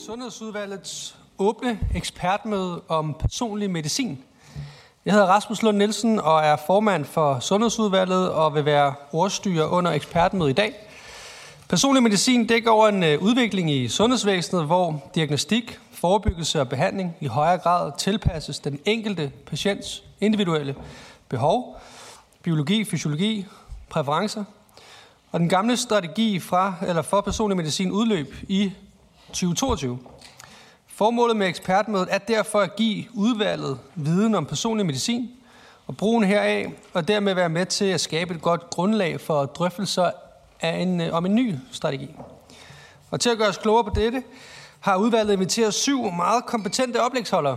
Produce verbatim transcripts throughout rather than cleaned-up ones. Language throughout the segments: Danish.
Sundhedsudvalgets åbne ekspertmøde om personlig medicin. Jeg hedder Rasmus Lund Nielsen og er formand for Sundhedsudvalget og vil være ordstyrer under ekspertmødet i dag. Personlig medicin dækker over en udvikling i sundhedsvæsenet, hvor diagnostik, forebyggelse og behandling i højere grad tilpasses den enkelte patients individuelle behov, biologi, fysiologi, præferencer. Og den gamle strategi fra eller for personlig medicin udløb i tyve toogtyve. Formålet med ekspertmødet er derfor at give udvalget viden om personlig medicin og brugen heraf, og dermed være med til at skabe et godt grundlag for drøftelser af en, om en ny strategi. Og til at gøre os klogere på dette, har udvalget inviteret syv meget kompetente oplægsholdere.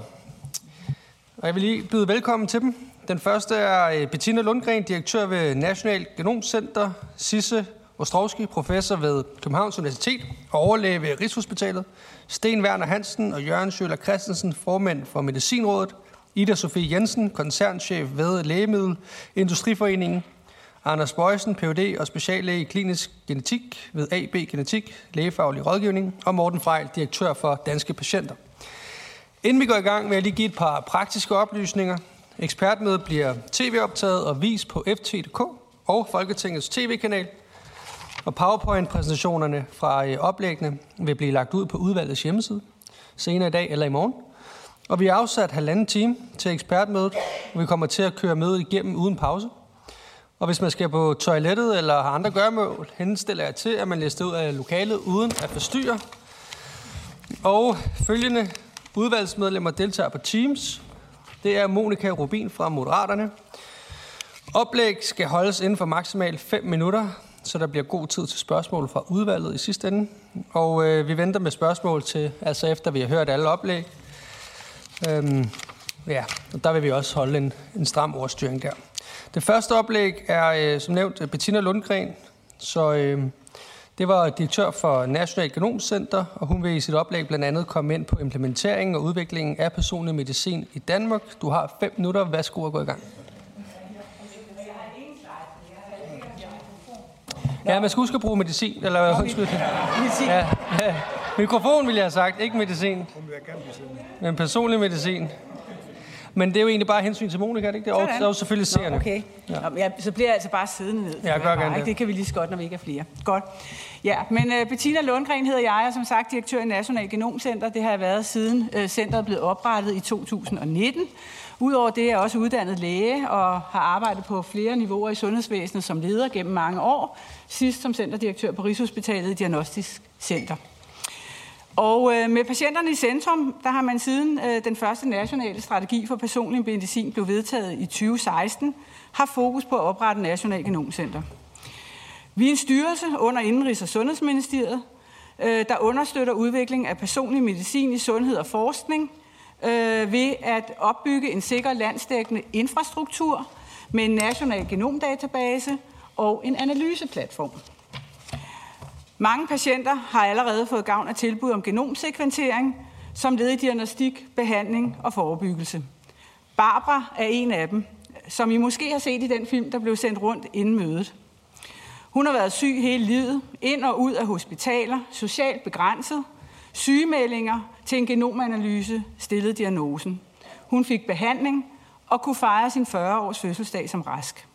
Og jeg vil lige byde velkommen til dem. Den første er Bettina Lundgren, direktør ved National Genomcenter, Sisse Ostrowski, professor ved Københavns Universitet og overlæge ved Rigshospitalet, Sten Werner Hansen og Jørgen Schøller Christensen, formand for Medicinrådet, Ida Sofie Jensen, koncernchef ved Lægemiddelindustriforeningen, Anders Bøjsen, Ph D og speciallæge i klinisk genetik ved A B Genetik, lægefaglig rådgivning, og Morten Frejl, direktør for Danske Patienter. Inden vi går i gang, vil jeg lige give et par praktiske oplysninger. Ekspertmødet bliver tv-optaget og vist på F T punktum d k og Folketingets tv-kanal. Og PowerPoint-præsentationerne fra oplæggene vil blive lagt ud på udvalgets hjemmeside senere i dag eller i morgen. Og vi har afsat halvanden time til ekspertmødet, og vi kommer til at køre mødet igennem uden pause. Og hvis man skal på toilettet eller har andre gøremål, henstiller jeg til, at man læser ud af lokalet uden at forstyrre. Og følgende udvalgsmedlemmer deltager på Teams. Det er Monika Rubin fra Moderaterne. Oplæg skal holdes inden for maksimalt fem minutter, så der bliver god tid til spørgsmål fra udvalget i sidste ende. Og øh, vi venter med spørgsmål til, altså efter vi har hørt alle oplæg. Øhm, ja, og der vil vi også holde en, en stram ordstyring der. Det første oplæg er, øh, som nævnt, Bettina Lundgren. Så øh, det var direktør for National Genomcenter, og hun vil i sit oplæg blandt andet komme ind på implementeringen og udviklingen af personlig medicin i Danmark. Du har fem minutter. Værsgo at gå i gang. Ja, man skal huske at bruge medicin, eller undskyld. Medicin. Ja, ja. Mikrofon vil jeg have sagt, ikke medicin. Men personlig medicin. Men det er jo egentlig bare hensyn til Monika, ikke? Det er også, også selvfølgelig seerne. Okay. Ja. Nå, ja, så bliver jeg altså bare siddende ned. Ja, gør gerne det. Det kan vi lige så godt, når vi ikke er flere. Godt. Ja, men uh, Bettina Lundgren hedder jeg, og som sagt direktør i National Genomcenter. Det har jeg været siden uh, centret blev oprettet i to tusind og nitten. Udover det er jeg også uddannet læge og har arbejdet på flere niveauer i sundhedsvæsenet som leder gennem mange år. Sidst som centerdirektør på Rigshospitalet Diagnostisk Center. Og øh, med patienterne i centrum, der har man siden øh, den første nationale strategi for personlig medicin blev vedtaget i tyve seksten, har fokus på at oprette National Genomcenter. Vi er en styrelse under Indenrigs- og Sundhedsministeriet, øh, der understøtter udviklingen af personlig medicin i sundhed og forskning, øh, ved at opbygge en sikker landsdækkende infrastruktur med en national genomdatabase og en analyseplatform. Mange patienter har allerede fået gavn af tilbud om genomsekventering som led i diagnostik, behandling og forebyggelse. Barbara er en af dem, som I måske har set i den film, der blev sendt rundt inden mødet. Hun har været syg hele livet, ind og ud af hospitaler, socialt begrænset, sygemeldinger til en genomanalyse stillede diagnosen. Hun fik behandling og kunne fejre sin fyrre års fødselsdag som rask.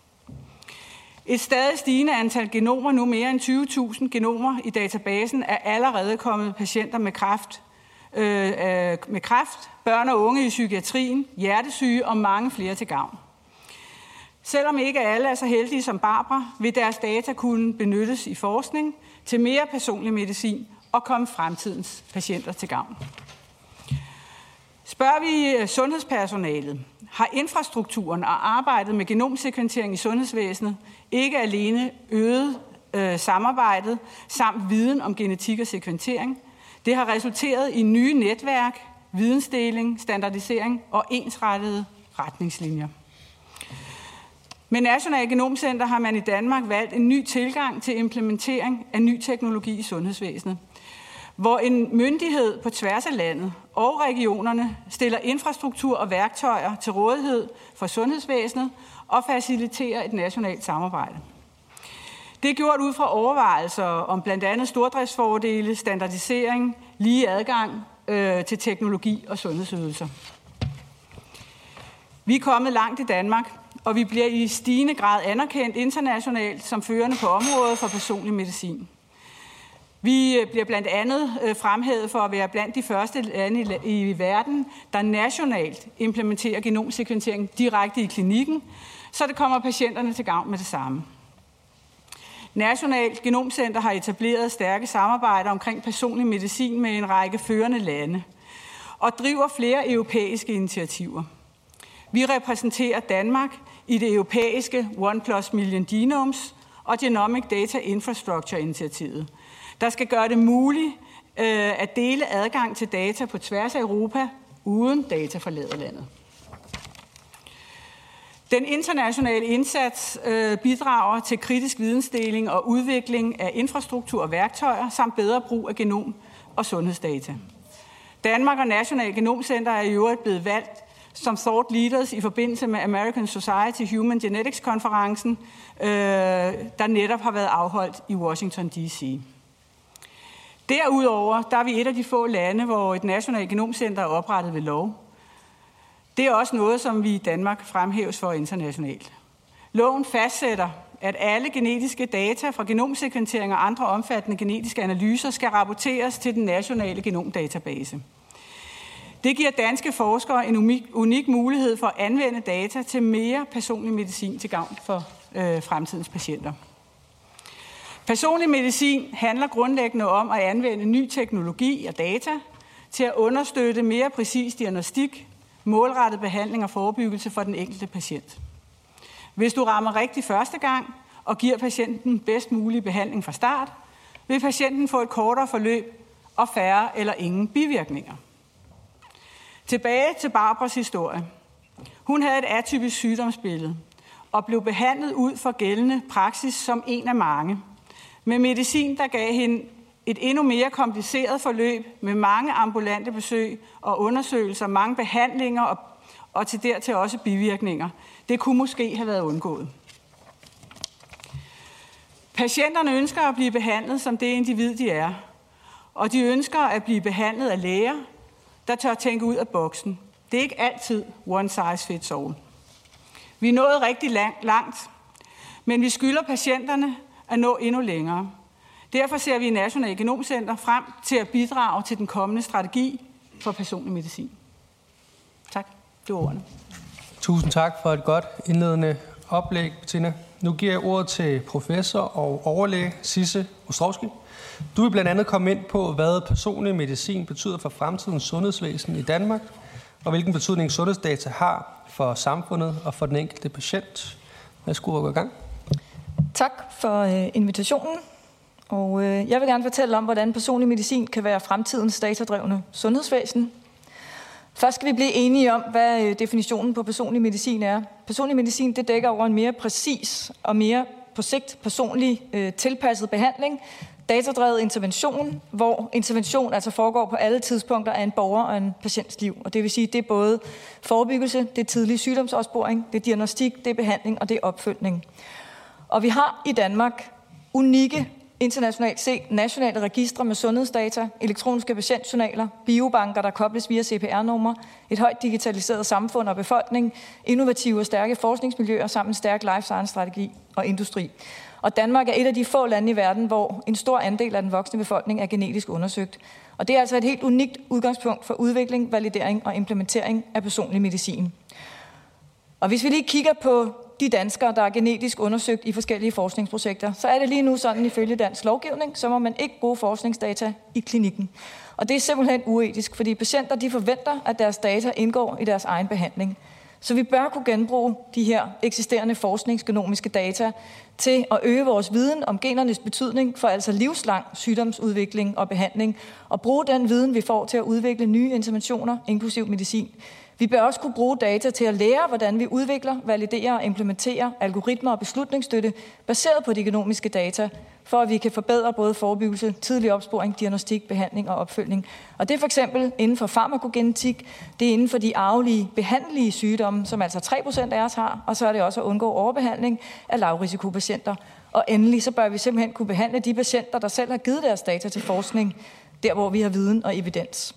Et stadig stigende antal genomer, nu mere end tyve tusind genomer i databasen, er allerede kommet patienter med kræft, øh, øh, med kræft, børn og unge i psykiatrien, hjertesyge og mange flere til gavn. Selvom ikke alle er så heldige som Barbara, vil deres data kunne benyttes i forskning til mere personlig medicin og komme fremtidens patienter til gavn. Spørger vi sundhedspersonalet, har infrastrukturen og arbejdet med genomsekventering i sundhedsvæsenet ikke alene øget øh, samarbejdet samt viden om genetik og sekventering. Det har resulteret i nye netværk, vidensdeling, standardisering og ensrettede retningslinjer. Med National Genomcenter har man i Danmark valgt en ny tilgang til implementering af ny teknologi i sundhedsvæsenet, hvor en myndighed på tværs af landet og regionerne stiller infrastruktur og værktøjer til rådighed for sundhedsvæsenet og faciliterer et nationalt samarbejde. Det er gjort ud fra overvejelser om blandt andet stordriftsfordele, standardisering, lige adgang øh, til teknologi og sundhedsydelser. Vi er kommet langt i Danmark, og vi bliver i stigende grad anerkendt internationalt som førende på området for personlig medicin. Vi bliver blandt andet fremhævet for at være blandt de første lande i verden, der nationalt implementerer genomsekventering direkte i klinikken, så det kommer patienterne til gavn med det samme. Nationalt Genomcenter har etableret stærke samarbejder omkring personlig medicin med en række førende lande og driver flere europæiske initiativer. Vi repræsenterer Danmark i det europæiske One Plus Million Genomes og Genomic Data Infrastructure-initiativet, der skal gøre det muligt øh, at dele adgang til data på tværs af Europa uden data fra landet. Den internationale indsats øh, bidrager til kritisk vidensdeling og udvikling af infrastruktur og værktøjer samt bedre brug af genom- og sundhedsdata. Danmark og National Genomcenter er i øvrigt blevet valgt som thought leaders i forbindelse med American Society Human Genetics-konferencen, øh, der netop har været afholdt i Washington D C. Derudover der er vi et af de få lande, hvor et nationalt genomcenter er oprettet ved lov. Det er også noget, som vi i Danmark fremhæves for internationalt. Loven fastsætter, at alle genetiske data fra genomsekventering og andre omfattende genetiske analyser skal rapporteres til den nationale genomdatabase. Det giver danske forskere en unik, unik mulighed for at anvende data til mere personlig medicin til gavn for øh, fremtidens patienter. Personlig medicin handler grundlæggende om at anvende ny teknologi og data til at understøtte mere præcis diagnostik, målrettet behandling og forebyggelse for den enkelte patient. Hvis du rammer rigtigt første gang og giver patienten bedst mulig behandling fra start, vil patienten få et kortere forløb og færre eller ingen bivirkninger. Tilbage til Barbaras historie. Hun havde et atypisk sygdomsbillede og blev behandlet ud fra gældende praksis som en af mange. Med medicin, der gav hende et endnu mere kompliceret forløb med mange ambulante besøg og undersøgelser, mange behandlinger og, og til dertil også bivirkninger. Det kunne måske have været undgået. Patienterne ønsker at blive behandlet som det individ, de er. Og de ønsker at blive behandlet af læger, der tør tænke ud af boksen. Det er ikke altid one size fits all. Vi er nået rigtig langt, men vi skylder patienterne at nå endnu længere. Derfor ser vi i National Genomcenter frem til at bidrage til den kommende strategi for personlig medicin. Tak. Det var ordene. Tusind tak for et godt indledende oplæg, Bettina. Nu giver jeg ordet til professor og overlæge Sisse Ostrowski. Du vil blandt andet komme ind på, hvad personlig medicin betyder for fremtidens sundhedsvæsen i Danmark, og hvilken betydning sundhedsdata har for samfundet og for den enkelte patient. Værsgo at gå i gang. Tak for øh, invitationen. Og øh, jeg vil gerne fortælle om, hvordan personlig medicin kan være fremtidens datadrevne sundhedsvæsen. Først skal vi blive enige om, hvad øh, definitionen på personlig medicin er. Personlig medicin det dækker over en mere præcis og mere på sigt personlig øh, tilpasset behandling, datadrevet intervention, hvor intervention altså foregår på alle tidspunkter af en borger og en patients liv. Og det vil sige, det er både forebyggelse, det er tidlig sygdomsopsporing, det er diagnostik, det er behandling og det er opfølgning. Og vi har i Danmark unikke internationalt set nationale registre med sundhedsdata, elektroniske patientjournaler, biobanker, der kobles via C P R-numre, et højt digitaliseret samfund og befolkning, innovative og stærke forskningsmiljøer samt en stærk life science-strategi og industri. Og Danmark er et af de få lande i verden, hvor en stor andel af den voksne befolkning er genetisk undersøgt. Og det er altså et helt unikt udgangspunkt for udvikling, validering og implementering af personlig medicin. Og hvis vi lige kigger på de danskere, der er genetisk undersøgt i forskellige forskningsprojekter, så er det lige nu sådan ifølge dansk lovgivning, så må man ikke bruge forskningsdata i klinikken. Og det er simpelthen uetisk, fordi patienter de forventer, at deres data indgår i deres egen behandling. Så vi bør kunne genbruge de her eksisterende forskningsgenomiske data til at øge vores viden om genernes betydning for altså livslang sygdomsudvikling og behandling, og bruge den viden, vi får til at udvikle nye interventioner, inklusiv medicin. Vi bør også kunne bruge data til at lære, hvordan vi udvikler, validerer og implementerer algoritmer og beslutningsstøtte baseret på de genomiske data, for at vi kan forbedre både forebyggelse, tidlig opsporing, diagnostik, behandling og opfølgning. Og det er for eksempel inden for farmakogenetik, det er inden for de arvelige, behandlige sygdomme, som altså tre procent af os har, og så er det også at undgå overbehandling af lavrisikopatienter. Og endelig så bør vi simpelthen kunne behandle de patienter, der selv har givet deres data til forskning, der hvor vi har viden og evidens.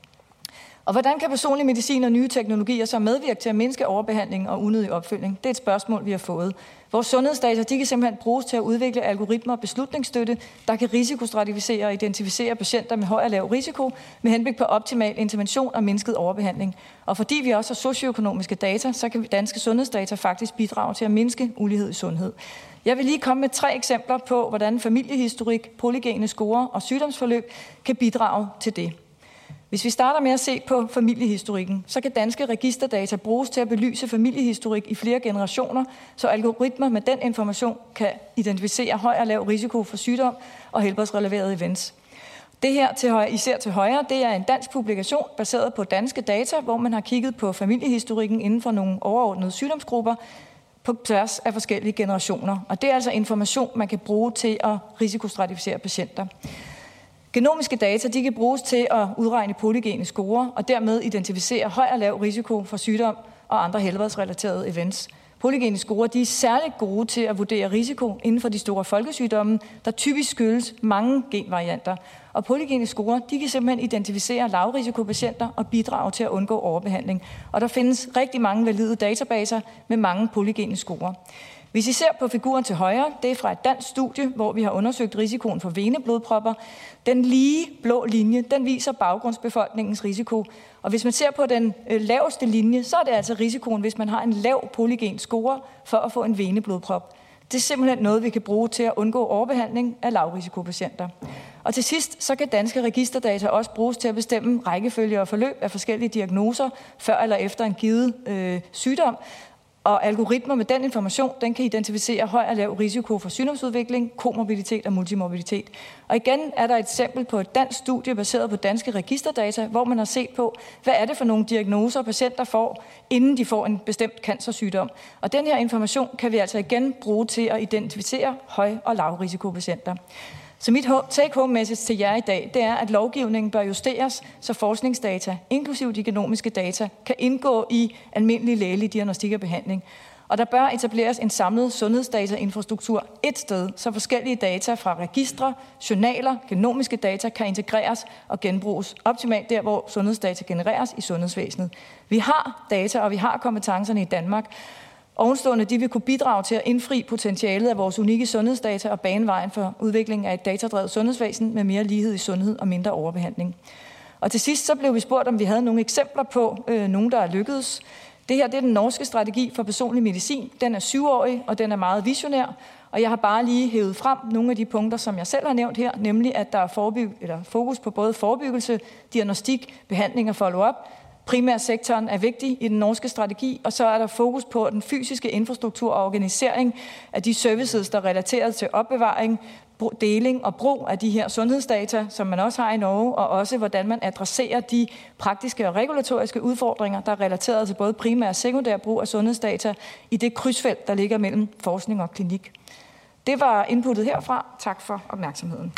Og hvordan kan personlig medicin og nye teknologier så medvirke til at mindske overbehandling og unødig opfølgning? Det er et spørgsmål, vi har fået. Vores sundhedsdata de kan simpelthen bruges til at udvikle algoritmer og beslutningsstøtte, der kan risikostratificere og identificere patienter med høj og lav risiko med henblik på optimal intervention og mindsket overbehandling. Og fordi vi også har socioøkonomiske data, så kan danske sundhedsdata faktisk bidrage til at mindske ulighed i sundhed. Jeg vil lige komme med tre eksempler på, hvordan familiehistorik, polygene score og sygdomsforløb kan bidrage til det. Hvis vi starter med at se på familiehistorikken, så kan danske registerdata bruges til at belyse familiehistorik i flere generationer, så algoritmer med den information kan identificere høj og lav risiko for sygdom og helbredsrelaterede events. Det her til højre, især til højre, det er en dansk publikation baseret på danske data, hvor man har kigget på familiehistorikken inden for nogle overordnede sygdomsgrupper på tværs af forskellige generationer. Og det er altså information, man kan bruge til at risikostratificere patienter. Genomiske data de kan bruges til at udregne polygene score og dermed identificere høj og lav risiko for sygdom og andre helbredsrelaterede events. Polygene score de er særligt gode til at vurdere risiko inden for de store folkesygdomme, der typisk skyldes mange genvarianter. Og polygene score de kan simpelthen identificere lavrisikopatienter og bidrage til at undgå overbehandling. Og der findes rigtig mange valide databaser med mange polygene score. Hvis I ser på figuren til højre, det er fra et dansk studie, hvor vi har undersøgt risikoen for veneblodpropper. Den lige blå linje, den viser baggrundsbefolkningens risiko. Og hvis man ser på den øh, laveste linje, så er det altså risikoen, hvis man har en lav polygen score for at få en veneblodprop. Det er simpelthen noget, vi kan bruge til at undgå overbehandling af lavrisikopatienter. Og til sidst, så kan danske registerdata også bruges til at bestemme rækkefølge og forløb af forskellige diagnoser, før eller efter en givet øh, sygdom. Og algoritmer med den information, den kan identificere høj og lav risiko for sygdomsudvikling, komorbiditet og multimorbiditet. Og igen er der et eksempel på et dansk studie baseret på danske registerdata, hvor man har set på, hvad er det for nogle diagnoser, patienter får, inden de får en bestemt cancersygdom. Og den her information kan vi altså igen bruge til at identificere høj- og lavrisikopatienter. Så mit take-home message til jer i dag, det er, at lovgivningen bør justeres, så forskningsdata, inklusive de genomiske data, kan indgå i almindelig lægelig diagnostik og behandling. Og der bør etableres en samlet sundhedsdatainfrastruktur et sted, så forskellige data fra registre, journaler, genomiske data kan integreres og genbruges optimalt der, hvor sundhedsdata genereres i sundhedsvæsenet. Vi har data, og vi har kompetencerne i Danmark. Ovenstående de vil kunne bidrage til at indfri potentialet af vores unikke sundhedsdata og bane vejen for udviklingen af et datadrevet sundhedsvæsen med mere lighed i sundhed og mindre overbehandling. Og til sidst så blev vi spurgt, om vi havde nogle eksempler på øh, nogen, der er lykkedes. Det her det er den norske strategi for personlig medicin. Den er syvårig, og den er meget visionær. Og jeg har bare lige hævet frem nogle af de punkter, som jeg selv har nævnt her, nemlig at der er forbyg- eller fokus på både forebyggelse, diagnostik, behandling og follow-up. Primærsektoren er vigtig i den norske strategi, og så er der fokus på den fysiske infrastruktur og organisering af de services, der er relateret til opbevaring, deling og brug af de her sundhedsdata, som man også har i Norge, og også hvordan man adresserer de praktiske og regulatoriske udfordringer, der er relateret til både primær og sekundær brug af sundhedsdata i det krydsfelt, der ligger mellem forskning og klinik. Det var inputtet herfra. Tak for opmærksomheden.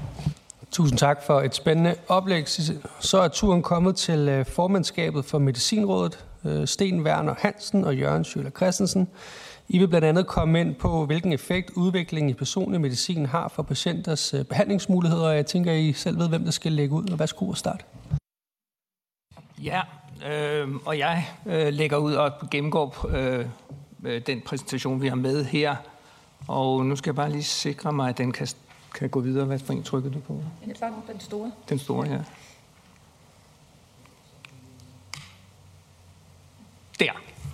Tusind tak for et spændende oplæg. Så er turen kommet til formandskabet for Medicinrådet, Sten Werner Hansen og Jørgen Schøler Christensen. I vil blandt andet komme ind på, hvilken effekt udviklingen i personlig medicin har for patienters behandlingsmuligheder. Jeg tænker, I selv ved, hvem der skal lægge ud, og værsgo at starte. Ja, øh, og jeg øh, lægger ud og gennemgår øh, den præsentation, vi har med her. Og nu skal jeg bare lige sikre mig, at den kan Kan jeg gå videre? Hvad for en trykker du på? Den er den store. Den store, ja. Der.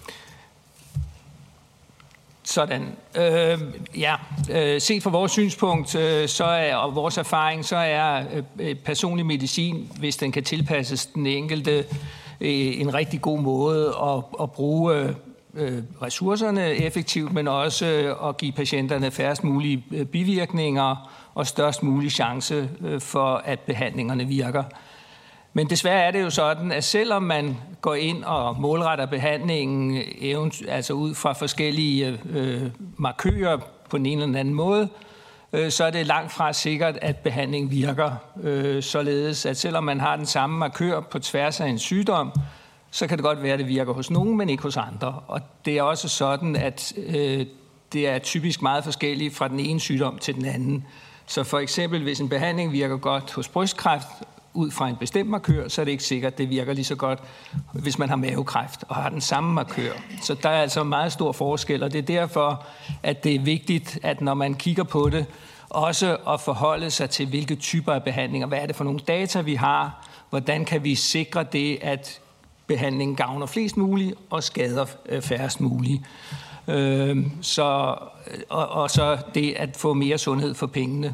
Sådan. Øh, ja, øh, set fra vores synspunkt øh, så er, og vores erfaring, så er øh, personlig medicin, hvis den kan tilpasses den enkelte, øh, en rigtig god måde at, at bruge øh, ressourcerne effektivt, men også øh, at give patienterne færrest mulige bivirkninger og størst mulig chance for, at behandlingerne virker. Men desværre er det jo sådan, at selvom man går ind og målretter behandlingen altså ud fra forskellige øh, markører på den ene eller den anden måde, øh, så er det langt fra sikkert, at behandlingen virker. Øh, således at selvom man har den samme markør på tværs af en sygdom, så kan det godt være, at det virker hos nogen, men ikke hos andre. Og det er også sådan, at øh, det er typisk meget forskelligt fra den ene sygdom til den anden. Så for eksempel, hvis en behandling virker godt hos brystkræft ud fra en bestemt markør, så er det ikke sikkert, at det virker lige så godt, hvis man har mavekræft og har den samme markør. Så der er altså meget stor forskel, og det er derfor, at det er vigtigt, at når man kigger på det, også at forholde sig til, hvilke typer af behandlinger. Hvad er det for nogle data, vi har? Hvordan kan vi sikre det, at behandlingen gavner flest muligt og skader færrest muligt? Øh, så, og, og så det at få mere sundhed for pengene.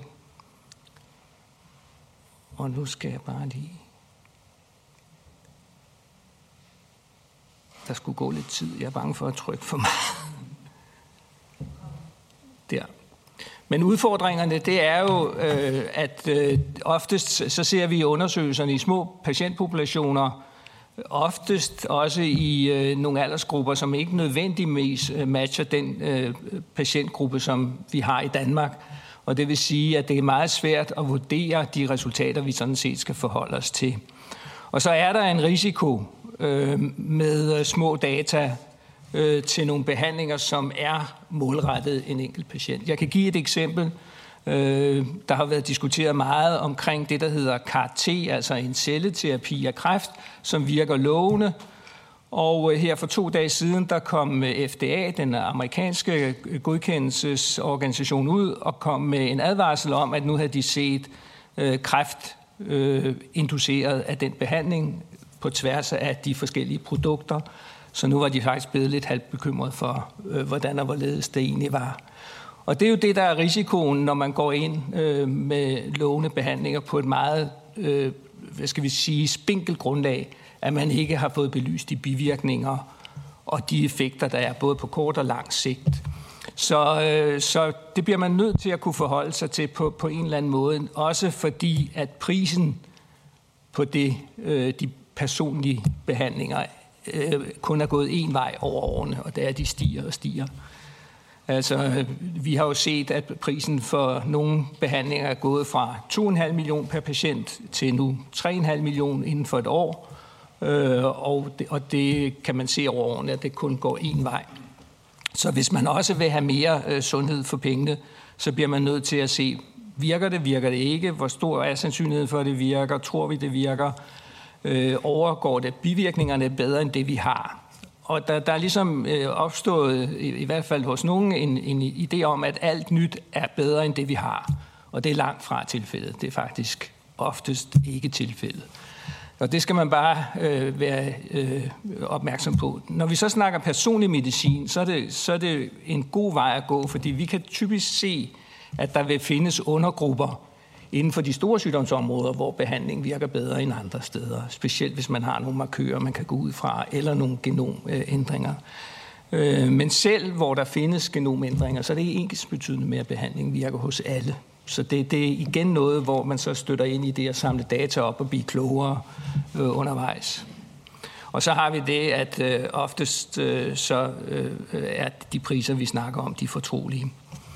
Og nu skal jeg bare lige... Der skulle gå lidt tid. Jeg er bange for at trykke for meget. Der. Men udfordringerne, det er jo, øh, at øh, oftest så ser vi i undersøgelserne i små patientpopulationer, oftest også i øh, nogle aldersgrupper, som ikke nødvendigvis øh, matcher den øh, patientgruppe, som vi har i Danmark. Og det vil sige, at det er meget svært at vurdere de resultater, vi sådan set skal forholde os til. Og så er der en risiko øh, med små data øh, til nogle behandlinger, som er målrettet en enkelt patient. Jeg kan give et eksempel. Øh, der har været diskuteret meget omkring det, der hedder C A R T, altså en celleterapi af kræft, som virker lovende. Og her for to dage siden, der kom F D A, den amerikanske godkendelsesorganisation, ud og kom med en advarsel om, at nu havde de set øh, kræft øh, induceret af den behandling på tværs af de forskellige produkter. Så nu var de faktisk blevet lidt halvt bekymret for, øh, hvordan og hvorledes det egentlig var. Og det er jo det, der er risikoen, når man går ind øh, med lovende behandlinger på et meget, øh, hvad skal vi sige, spinkelt grundlag, at man ikke har fået belyst de bivirkninger og de effekter, der er både på kort og lang sigt. Så, øh, så det bliver man nødt til at kunne forholde sig til på, på en eller anden måde, også fordi at prisen på det, øh, de personlige behandlinger øh, kun er gået en vej over årene, og det er, at de stiger og stiger. Altså, vi har jo set, at prisen for nogle behandlinger er gået fra to komma fem millioner per patient til nu tre komma fem millioner inden for et år. Og det, og det kan man se over årene, at det kun går en vej. Så hvis man også vil have mere øh, sundhed for pengene, så bliver man nødt til at se, virker det, virker det ikke? Hvor stor er sandsynligheden for, at det virker? Tror vi, det virker? Øh, overgår det bivirkningerne bedre end det, vi har? Og der, der er ligesom øh, opstået, i, i hvert fald hos nogen, en, en idé om, at alt nyt er bedre end det, vi har. Og det er langt fra tilfældet. Det er faktisk oftest ikke tilfældet. Og det skal man bare øh, være øh, opmærksom på. Når vi så snakker personlig medicin, så er, det, så er det en god vej at gå, fordi vi kan typisk se, at der vil findes undergrupper inden for de store sygdomsområder, hvor behandling virker bedre end andre steder. Specielt hvis man har nogle markører, man kan gå ud fra, eller nogle genomændringer. Øh, men selv hvor der findes genomændringer, så er det ikke ensbetydende med, at behandling virker hos alle. Så det, det er igen noget, hvor man så støtter ind i det at samle data op og blive klogere øh, undervejs. Og så har vi det, at øh, oftest øh, så øh, er de priser, vi snakker om, de fortrolige.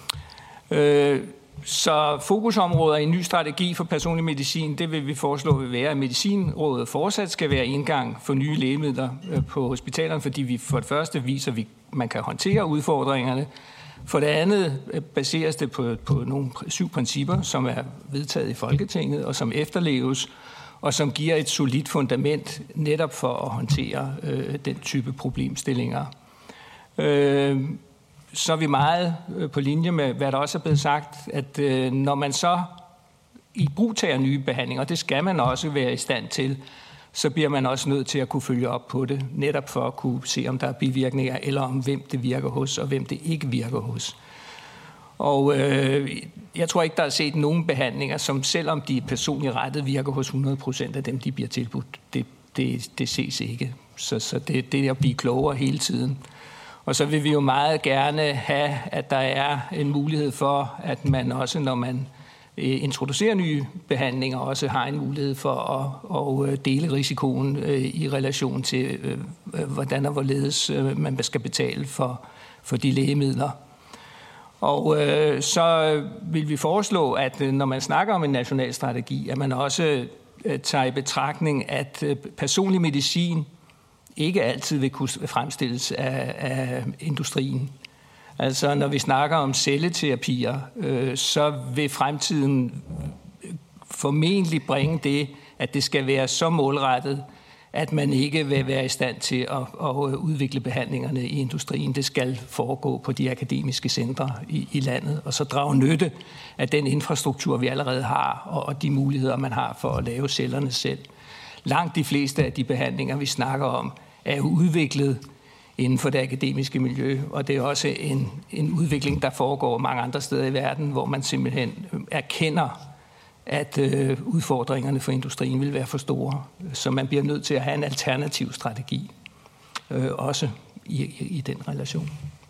Øh, så fokusområder i en ny strategi for personlig medicin, det vil vi foreslå vil være, at Medicinrådet fortsat skal være indgang for nye lægemidler øh, på hospitalerne, fordi vi for det første viser, at vi, man kan håndtere udfordringerne. For det andet baseres det på, på nogle syv principper, som er vedtaget i Folketinget og som efterleves, og som giver et solidt fundament netop for at håndtere øh, den type problemstillinger. Øh, så er vi meget på linje med, hvad der også er blevet sagt, at øh, når man så i brug tager nye behandlinger, og det skal man også være i stand til, så bliver man også nødt til at kunne følge op på det, netop for at kunne se, om der er bivirkninger, eller om hvem det virker hos, og hvem det ikke virker hos. Og øh, jeg tror ikke, der er set nogen behandlinger, som selvom de er personligt rettet, virker hos hundrede procent af dem, de bliver tilbudt. Det, det, det ses ikke. Så, så det, det er at blive klogere hele tiden. Og så vil vi jo meget gerne have, at der er en mulighed for, at man også, når man introducerer nye behandlinger, også har en mulighed for at, at dele risikoen i relation til, hvordan og hvorledes man skal betale for, for de lægemidler. Og øh, så vil vi foreslå, at når man snakker om en national strategi, at man også øh, tager i betragtning, at øh, personlig medicin ikke altid vil kunne fremstilles af, af industrien. Altså, når vi snakker om celleterapier, øh, så vil fremtiden formentlig bringe det, at det skal være så målrettet, at man ikke vil være i stand til at, at udvikle behandlingerne i industrien. Det skal foregå på de akademiske centre i, i landet, og så drage nytte af den infrastruktur, vi allerede har, og, og de muligheder, man har for at lave cellerne selv. Langt de fleste af de behandlinger, vi snakker om, er jo udviklet inden for det akademiske miljø, og det er også en, en udvikling, der foregår mange andre steder i verden, hvor man simpelthen erkender, at øh, udfordringerne for industrien vil være for store, så man bliver nødt til at have en alternativ strategi, øh, også i, i, i den relation.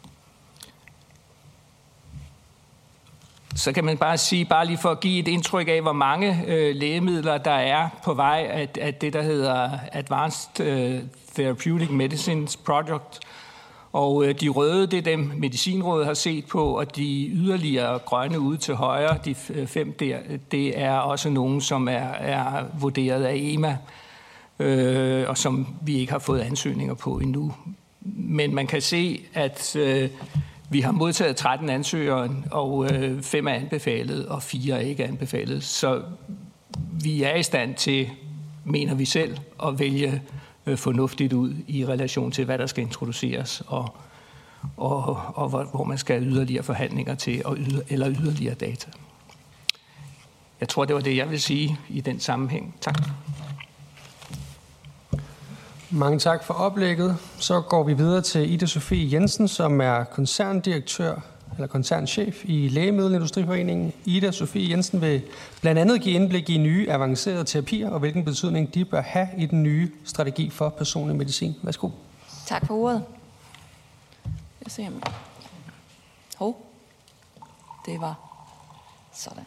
Så kan man bare sige, bare lige for at give et indtryk af, hvor mange øh, lægemidler, der er på vej af, af det, der hedder Advanced øh, Therapeutic Medicines Project. Og øh, de røde, det er dem, Medicinrådet har set på, og de yderligere grønne ude til højre, de fem der, det er også nogen, som er, er vurderet af E M A, øh, og som vi ikke har fået ansøgninger på endnu. Men man kan se, at øh, vi har modtaget tretten ansøgere, og øh, fem er anbefalet, og fire er ikke anbefalet. Så vi er i stand til, mener vi selv, at vælge øh, fornuftigt ud i relation til, hvad der skal introduceres, og, og, og hvor, hvor man skal have yderligere forhandlinger til, og yder, eller yderligere data. Jeg tror, det var det, jeg vil sige i den sammenhæng. Tak. Mange tak for oplægget. Så går vi videre til Ida Sofie Jensen, som er koncerndirektør eller koncernchef i Lægemiddelindustriforeningen. Ida Sofie Jensen vil blandt andet give indblik i nye avancerede terapier og hvilken betydning de bør have i den nye strategi for personlig medicin. Værsgo. Tak for ordet. Jeg ser mig. Hov. Det var sådan.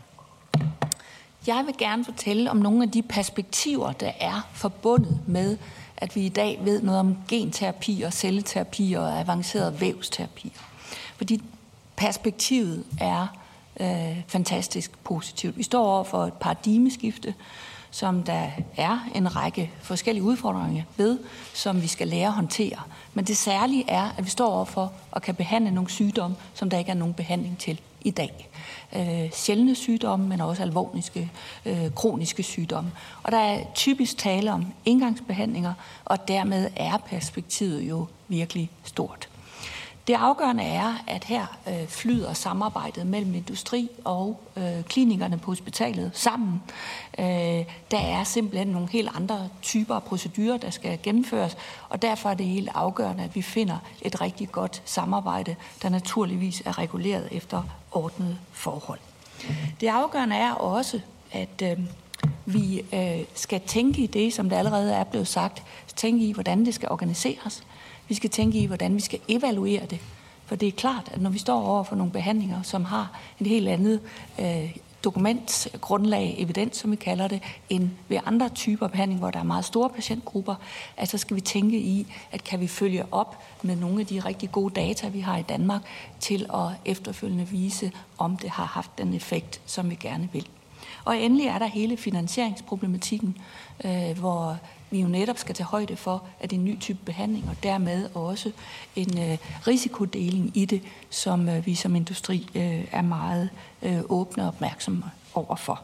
Jeg vil gerne fortælle om nogle af de perspektiver, der er forbundet med, at vi i dag ved noget om genterapi og celleterapi og avanceret vævsterapi. Fordi perspektivet er øh, fantastisk positivt. Vi står over for et paradigmeskifte, som der er en række forskellige udfordringer ved, som vi skal lære at håndtere. Men det særlige er, at vi står over for at kan behandle nogle sygdomme, som der ikke er nogen behandling til i dag. Øh, sjældne sygdomme, men også alvorlige øh, kroniske sygdomme. Og der er typisk tale om engangsbehandlinger, og dermed er perspektivet jo virkelig stort. Det afgørende er, at her øh, flyder samarbejdet mellem industri og øh, klinikerne på hospitalet sammen. Øh, der er simpelthen nogle helt andre typer af procedurer, der skal gennemføres, og derfor er det helt afgørende, at vi finder et rigtig godt samarbejde, der naturligvis er reguleret efter ordnede forhold. Det afgørende er også, at øh, vi øh, skal tænke i det, som der allerede er blevet sagt, tænke i, hvordan det skal organiseres. Vi skal tænke i, hvordan vi skal evaluere det. For det er klart, at når vi står over for nogle behandlinger, som har en helt andet øh, dokumentgrundlag, evidens, som vi kalder det, end ved andre typer behandling, hvor der er meget store patientgrupper, at så skal vi tænke i, at kan vi følge op med nogle af de rigtig gode data, vi har i Danmark, til at efterfølgende vise, om det har haft den effekt, som vi gerne vil. Og endelig er der hele finansieringsproblematikken, øh, hvor vi jo netop skal tage højde for, at det er en ny type behandling, og dermed også en øh, risikodeling i det, som øh, vi som industri øh, er meget øh, åbne og opmærksomme overfor.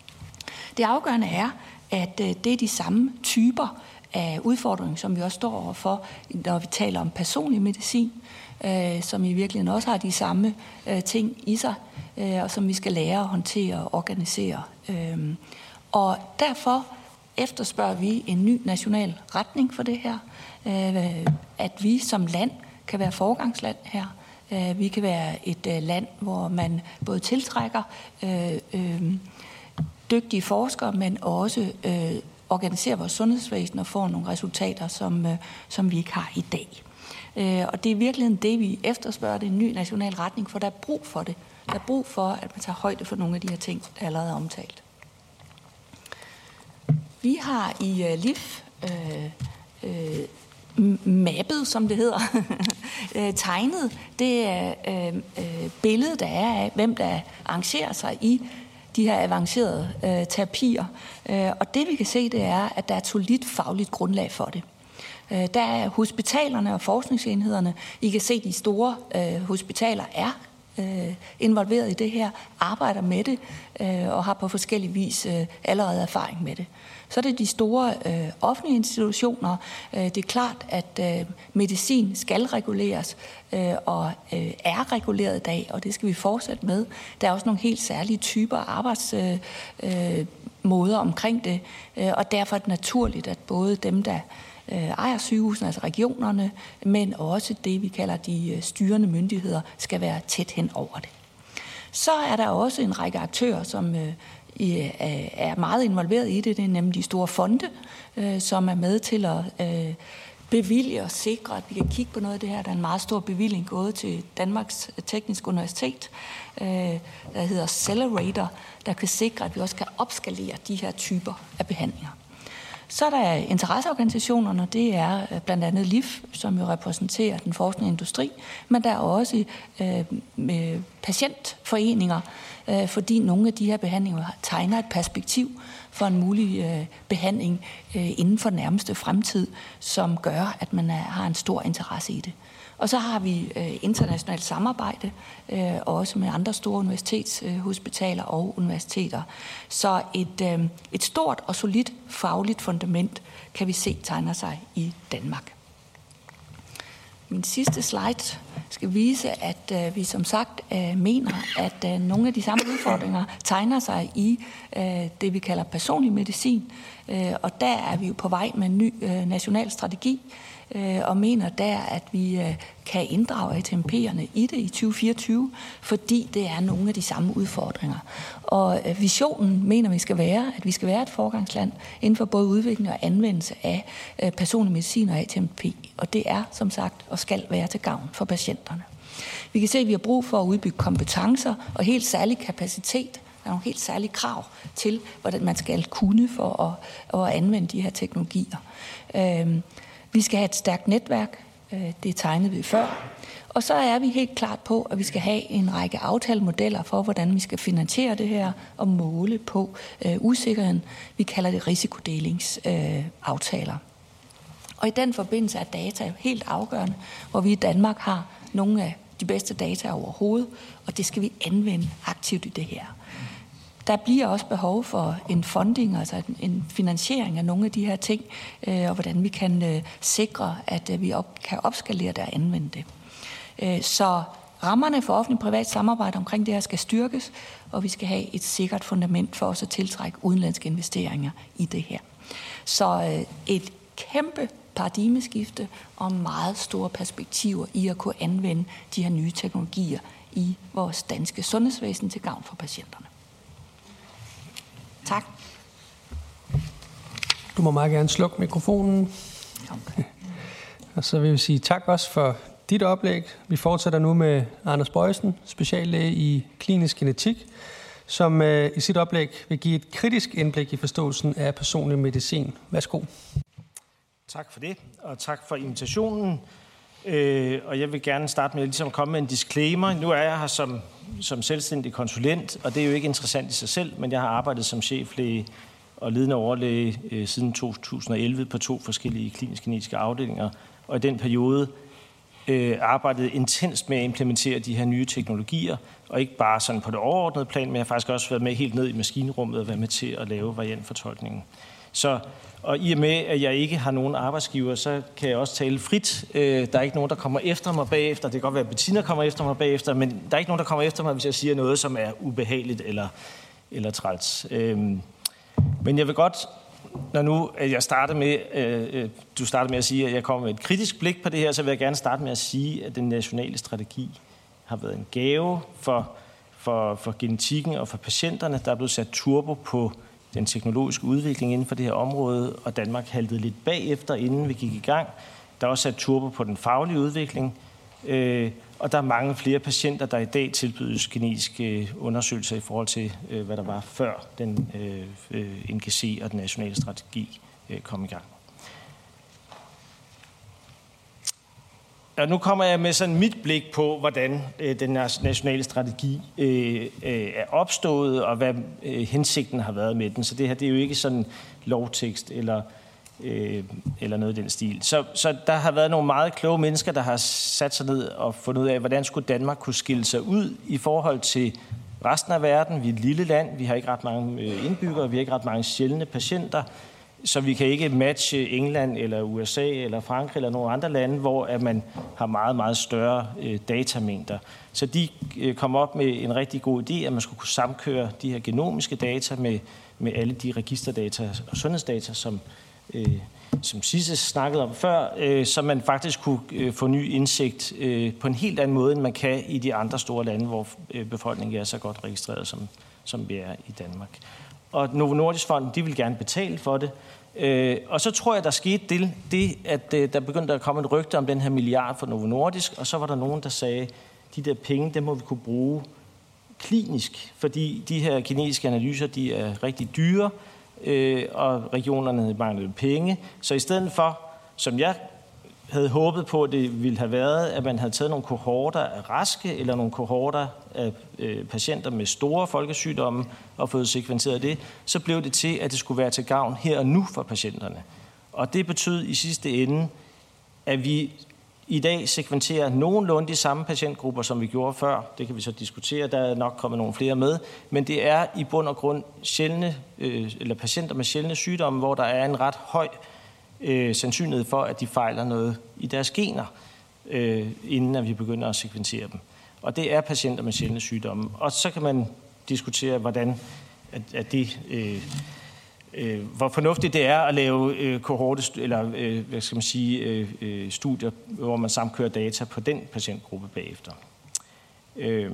Det afgørende er, at øh, det er de samme typer af udfordringer, som vi også står overfor, når vi taler om personlig medicin, øh, som i virkeligheden også har de samme øh, ting i sig, øh, og som vi skal lære at håndtere og organisere. Øh, og derfor efterspørger vi en ny national retning for det her, øh, at vi som land kan være foregangsland her. Øh, vi kan være et øh, land, hvor man både tiltrækker øh, øh, dygtige forskere, men også øh, organiserer vores sundhedsvæsen og får nogle resultater, som, øh, som vi ikke har i dag. Øh, og det er virkelig det, vi efterspørger, det er en ny national retning, for der er brug for det. Der er brug for, at man tager højde for nogle af de her ting, der allerede er omtalt. Vi har i uh, L I F øh, øh, mappet, som det hedder, tegnet det øh, øh, billede, der er af, hvem der arrangerer sig i de her avancerede øh, terapier. Øh, og det vi kan se, det er, at der er et solidt fagligt grundlag for det. Øh, der er hospitalerne og forskningsenhederne. I kan se, at de store øh, hospitaler er øh, involveret i det her, arbejder med det øh, og har på forskellig vis øh, allerede erfaring med det. Så er det de store øh, offentlige institutioner. Øh, det er klart, at øh, medicin skal reguleres øh, og øh, er reguleret i dag, og det skal vi fortsætte med. Der er også nogle helt særlige typer arbejdsmåder øh, øh, omkring det, øh, og derfor er det naturligt, at både dem, der øh, ejer sygehusene, altså regionerne, men også det, vi kalder de øh, styrende myndigheder, skal være tæt hen over det. Så er der også en række aktører, som øh, er meget involveret i det. Det er nemlig de store fonde, øh, som er med til at øh, bevilge og sikre, at vi kan kigge på noget af det her. Der er en meget stor bevilling gået til Danmarks Tekniske Universitet, øh, der hedder Accelerator, der kan sikre, at vi også kan opskalere de her typer af behandlinger. Så er der interesseorganisationerne, det er blandt andet L I F, som jo repræsenterer den forskende industri, men der er også øh, med patientforeninger, øh, fordi nogle af de her behandlinger tegner et perspektiv for en mulig øh, behandling øh, inden for den nærmeste fremtid, som gør, at man er, har en stor interesse i det. Og så har vi øh, internationalt samarbejde, øh, også med andre store universitetshospitaler øh, og universiteter. Så et, øh, et stort og solidt fagligt fundament kan vi se tegner sig i Danmark. Min sidste slide skal vise, at øh, vi som sagt øh, mener, at øh, nogle af de samme udfordringer tegner sig i øh, det, vi kalder personlig medicin. Øh, og der er vi jo på vej med en ny øh, national strategi, og mener der, at vi kan inddrage A T M P'erne i det i tyve fireogtyve, fordi det er nogle af de samme udfordringer. Og visionen mener vi skal være, at vi skal være et foregangsland inden for både udvikling og anvendelse af personlig medicin og A T M P. Og det er, som sagt, og skal være til gavn for patienterne. Vi kan se, at vi har brug for at udbygge kompetencer og helt særlig kapacitet. Der er nogle helt særlige krav til, hvordan man skal kunne for at, at anvende de her teknologier. Vi skal have et stærkt netværk, det tegnede vi før. Og så er vi helt klart på, at vi skal have en række aftalemodeller for, hvordan vi skal finansiere det her og måle på øh, usikkerheden. Vi kalder det risikodelingsaftaler. Øh, og i den forbindelse er data helt afgørende, hvor vi i Danmark har nogle af de bedste data overhovedet, og det skal vi anvende aktivt i det her. Der bliver også behov for en funding, altså en finansiering af nogle af de her ting, øh, og hvordan vi kan øh, sikre, at øh, vi op, kan opskalere det og anvende det. Øh, så rammerne for offentlig-privat samarbejde omkring det her skal styrkes, og vi skal have et sikkert fundament for os at tiltrække udenlandske investeringer i det her. Så øh, et kæmpe paradigmeskifte og meget store perspektiver i at kunne anvende de her nye teknologier i vores danske sundhedsvæsen til gavn for patienterne. Tak. Du må meget gerne slukke mikrofonen. Okay. Og så vil vi sige tak også for dit oplæg. Vi fortsætter nu med Anders Bøjsen, speciallæge i klinisk genetik, som øh, i sit oplæg vil give et kritisk indblik i forståelsen af personlig medicin. Værsgo. Tak for det, og tak for invitationen. Øh, og jeg vil gerne starte med at ligesom komme med en disclaimer. Nu er jeg her som, som selvstændig konsulent, og det er jo ikke interessant i sig selv, men jeg har arbejdet som cheflæge og ledende overlæge øh, siden to tusind og elleve på to forskellige klinisk genetiske afdelinger, og i den periode øh, arbejdede intenst med at implementere de her nye teknologier, og ikke bare sådan på det overordnede plan, men jeg har faktisk også været med helt ned i maskinrummet og været med til at lave variantfortolkningen. Så Og i og med, at jeg ikke har nogen arbejdsgiver, så kan jeg også tale frit. Der er ikke nogen, der kommer efter mig bagefter. Det kan godt være, at Bettina kommer efter mig bagefter, men der er ikke nogen, der kommer efter mig, hvis jeg siger noget, som er ubehageligt eller, eller træls. Men jeg vil godt, når nu at jeg starter med, du starter med at sige, at jeg kommer med et kritisk blik på det her, så vil jeg gerne starte med at sige, at den nationale strategi har været en gave for, for, for genetikken og for patienterne. Der er blevet sat turbo på den teknologiske udvikling inden for det her område, og Danmark haltede lidt bagefter, inden vi gik i gang. Der er også sat turbo på den faglige udvikling, øh, og der er mange flere patienter, der i dag tilbydes genetiske undersøgelser i forhold til, øh, hvad der var før den øh, N G C og den nationale strategi øh, kom i gang. Og nu kommer jeg med sådan mit blik på, hvordan øh, den nationale strategi øh, øh, er opstået, og hvad øh, hensigten har været med den. Så det her, det er jo ikke sådan lovtekst eller, øh, eller noget i den stil. Så, så der har været nogle meget kloge mennesker, der har sat sig ned og fundet ud af, hvordan skulle Danmark kunne skille sig ud i forhold til resten af verden. Vi er et lille land, vi har ikke ret mange indbyggere, vi har ikke ret mange sjældne patienter, så vi kan ikke matche England eller U S A eller Frankrig eller nogle andre lande, hvor at man har meget, meget større øh, datamængder. Så de øh, kom op med en rigtig god idé, at man skulle kunne samkøre de her genomiske data med, med alle de registerdata og sundhedsdata, som, øh, som Sisse snakkede om før, øh, så man faktisk kunne øh, få ny indsigt øh, på en helt anden måde, end man kan i de andre store lande, hvor øh, befolkningen er så godt registreret, som, som vi er i Danmark. Og Novo Nordisk Fonden, de vil gerne betale for det. Øh, og så tror jeg, der skete det, det, at øh, der begyndte at komme et rygte om den her milliard for Novo Nordisk, og så var der nogen, der sagde, de der penge, dem må vi kunne bruge klinisk, fordi de her genetiske analyser, de er rigtig dyre, øh, og regionerne manglede penge. Så i stedet for, som jeg havde håbet på, at det ville have været, at man havde taget nogle kohorter af raske, eller nogle kohorter af øh, patienter med store folkesygdomme, og fået sekventeret det, så blev det til, at det skulle være til gavn her og nu for patienterne. Og det betød i sidste ende, at vi i dag sekventerer nogenlunde de samme patientgrupper, som vi gjorde før. Det kan vi så diskutere, der er nok kommet nogle flere med. Men det er i bund og grund sjældne, øh, eller patienter med sjældne sygdomme, hvor der er en ret høj øh, sandsynlighed for, at de fejler noget i deres gener, øh, inden at vi begynder at sekventere dem. Og det er patienter med sjældne sygdomme. Og så kan man diskutere, hvordan at, at det... Øh, Øh, hvor fornuftigt det er at lave øh, kohorte, eller øh, hvad skal man sige, øh, øh, studier, hvor man samkører data på den patientgruppe bagefter. Øh,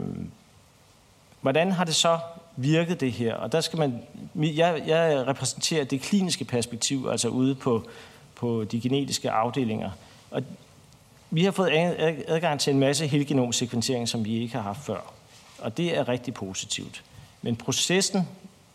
hvordan har det så virket det her? Og der skal man, jeg, jeg repræsenterer det kliniske perspektiv, altså ude på, på de genetiske afdelinger. Og vi har fået adgang til en masse helgenomsekventering, som vi ikke har haft før. Og det er rigtig positivt. Men processen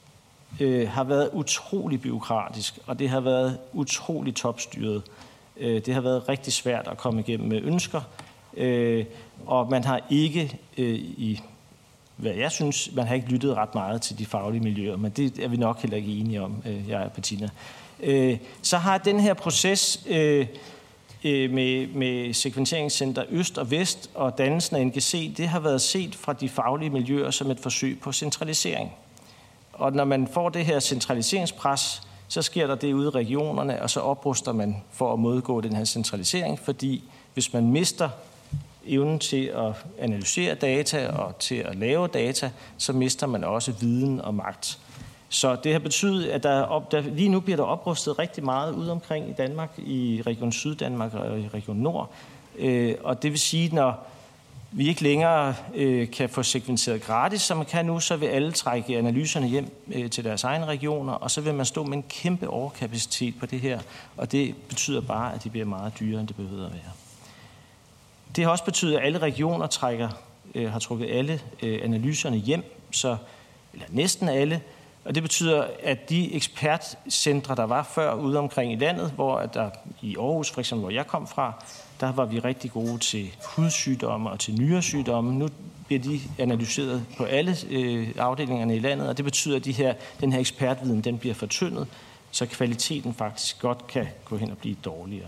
Øh, har været utrolig bureaukratisk, og det har været utrolig topstyret. Øh, det har været rigtig svært at komme igennem med ønsker, øh, og man har ikke øh, i, hvad jeg synes, man har ikke lyttet ret meget til de faglige miljøer, men det er vi nok heller ikke enige om, øh, jeg og Bettina. Øh, så har den her proces øh, øh, med, med Sekventeringscenter Øst og Vest og dannelsen af N G C, det har været set fra de faglige miljøer som et forsøg på centralisering. Og når man får det her centraliseringspres, så sker der det ude i regionerne, og så opruster man for at modgå den her centralisering, fordi hvis man mister evnen til at analysere data og til at lave data, så mister man også viden og magt. Så det har betydet, at der, op, der lige nu bliver der oprustet rigtig meget ude omkring i Danmark, i Region Syddanmark og i Region Nord. Øh, og det vil sige, når vi ikke længere øh, kan få sekventeret gratis, som man kan nu, så vil alle trække analyserne hjem øh, til deres egne regioner, og så vil man stå med en kæmpe overkapacitet på det her, og det betyder bare, at det bliver meget dyrere, end det behøver at være. Det har også betydet, at alle regioner trækker, øh, har trukket alle øh, analyserne hjem, så, eller næsten alle, og det betyder, at de ekspertcentre, der var før ude omkring i landet, hvor der i Aarhus, for eksempel, hvor jeg kom fra, der var vi rigtig gode til hudsygdomme og til nyresygdomme. Nu bliver de analyseret på alle øh, afdelingerne i landet, og det betyder, at de her, den her ekspertviden den bliver fortyndet, så kvaliteten faktisk godt kan gå hen og blive dårligere.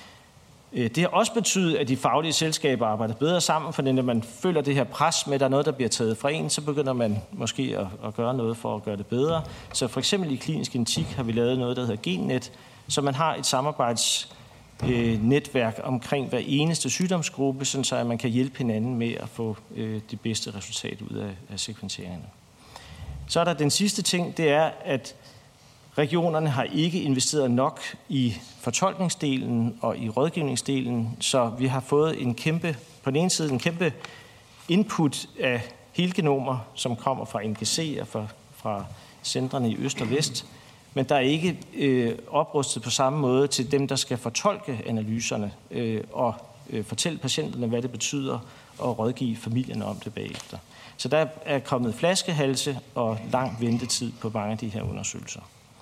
Det har også betydet, at de faglige selskaber arbejder bedre sammen, for når man føler det her pres med, at der er noget, der bliver taget fra en, så begynder man måske at, at gøre noget for at gøre det bedre. Så for eksempel i klinisk genetik har vi lavet noget, der hedder GenNet, så man har et samarbejdsnetværk omkring hver eneste sygdomsgruppe, sådan så at man kan hjælpe hinanden med at få øh, det bedste resultat ud af, af sekventeringerne. Så er der den sidste ting, det er, at regionerne har ikke investeret nok i fortolkningsdelen og i rådgivningsdelen, så vi har fået en kæmpe, på den ene side en kæmpe input af helgenomer, som kommer fra N G C og fra, fra centrene i Øst og Vest, men der er ikke øh, oprustet på samme måde til dem, der skal fortolke analyserne øh, og øh, fortælle patienterne, hvad det betyder, og rådgive familierne om det bagefter. Så der er kommet flaskehalse og lang ventetid på mange af de her undersøgelser.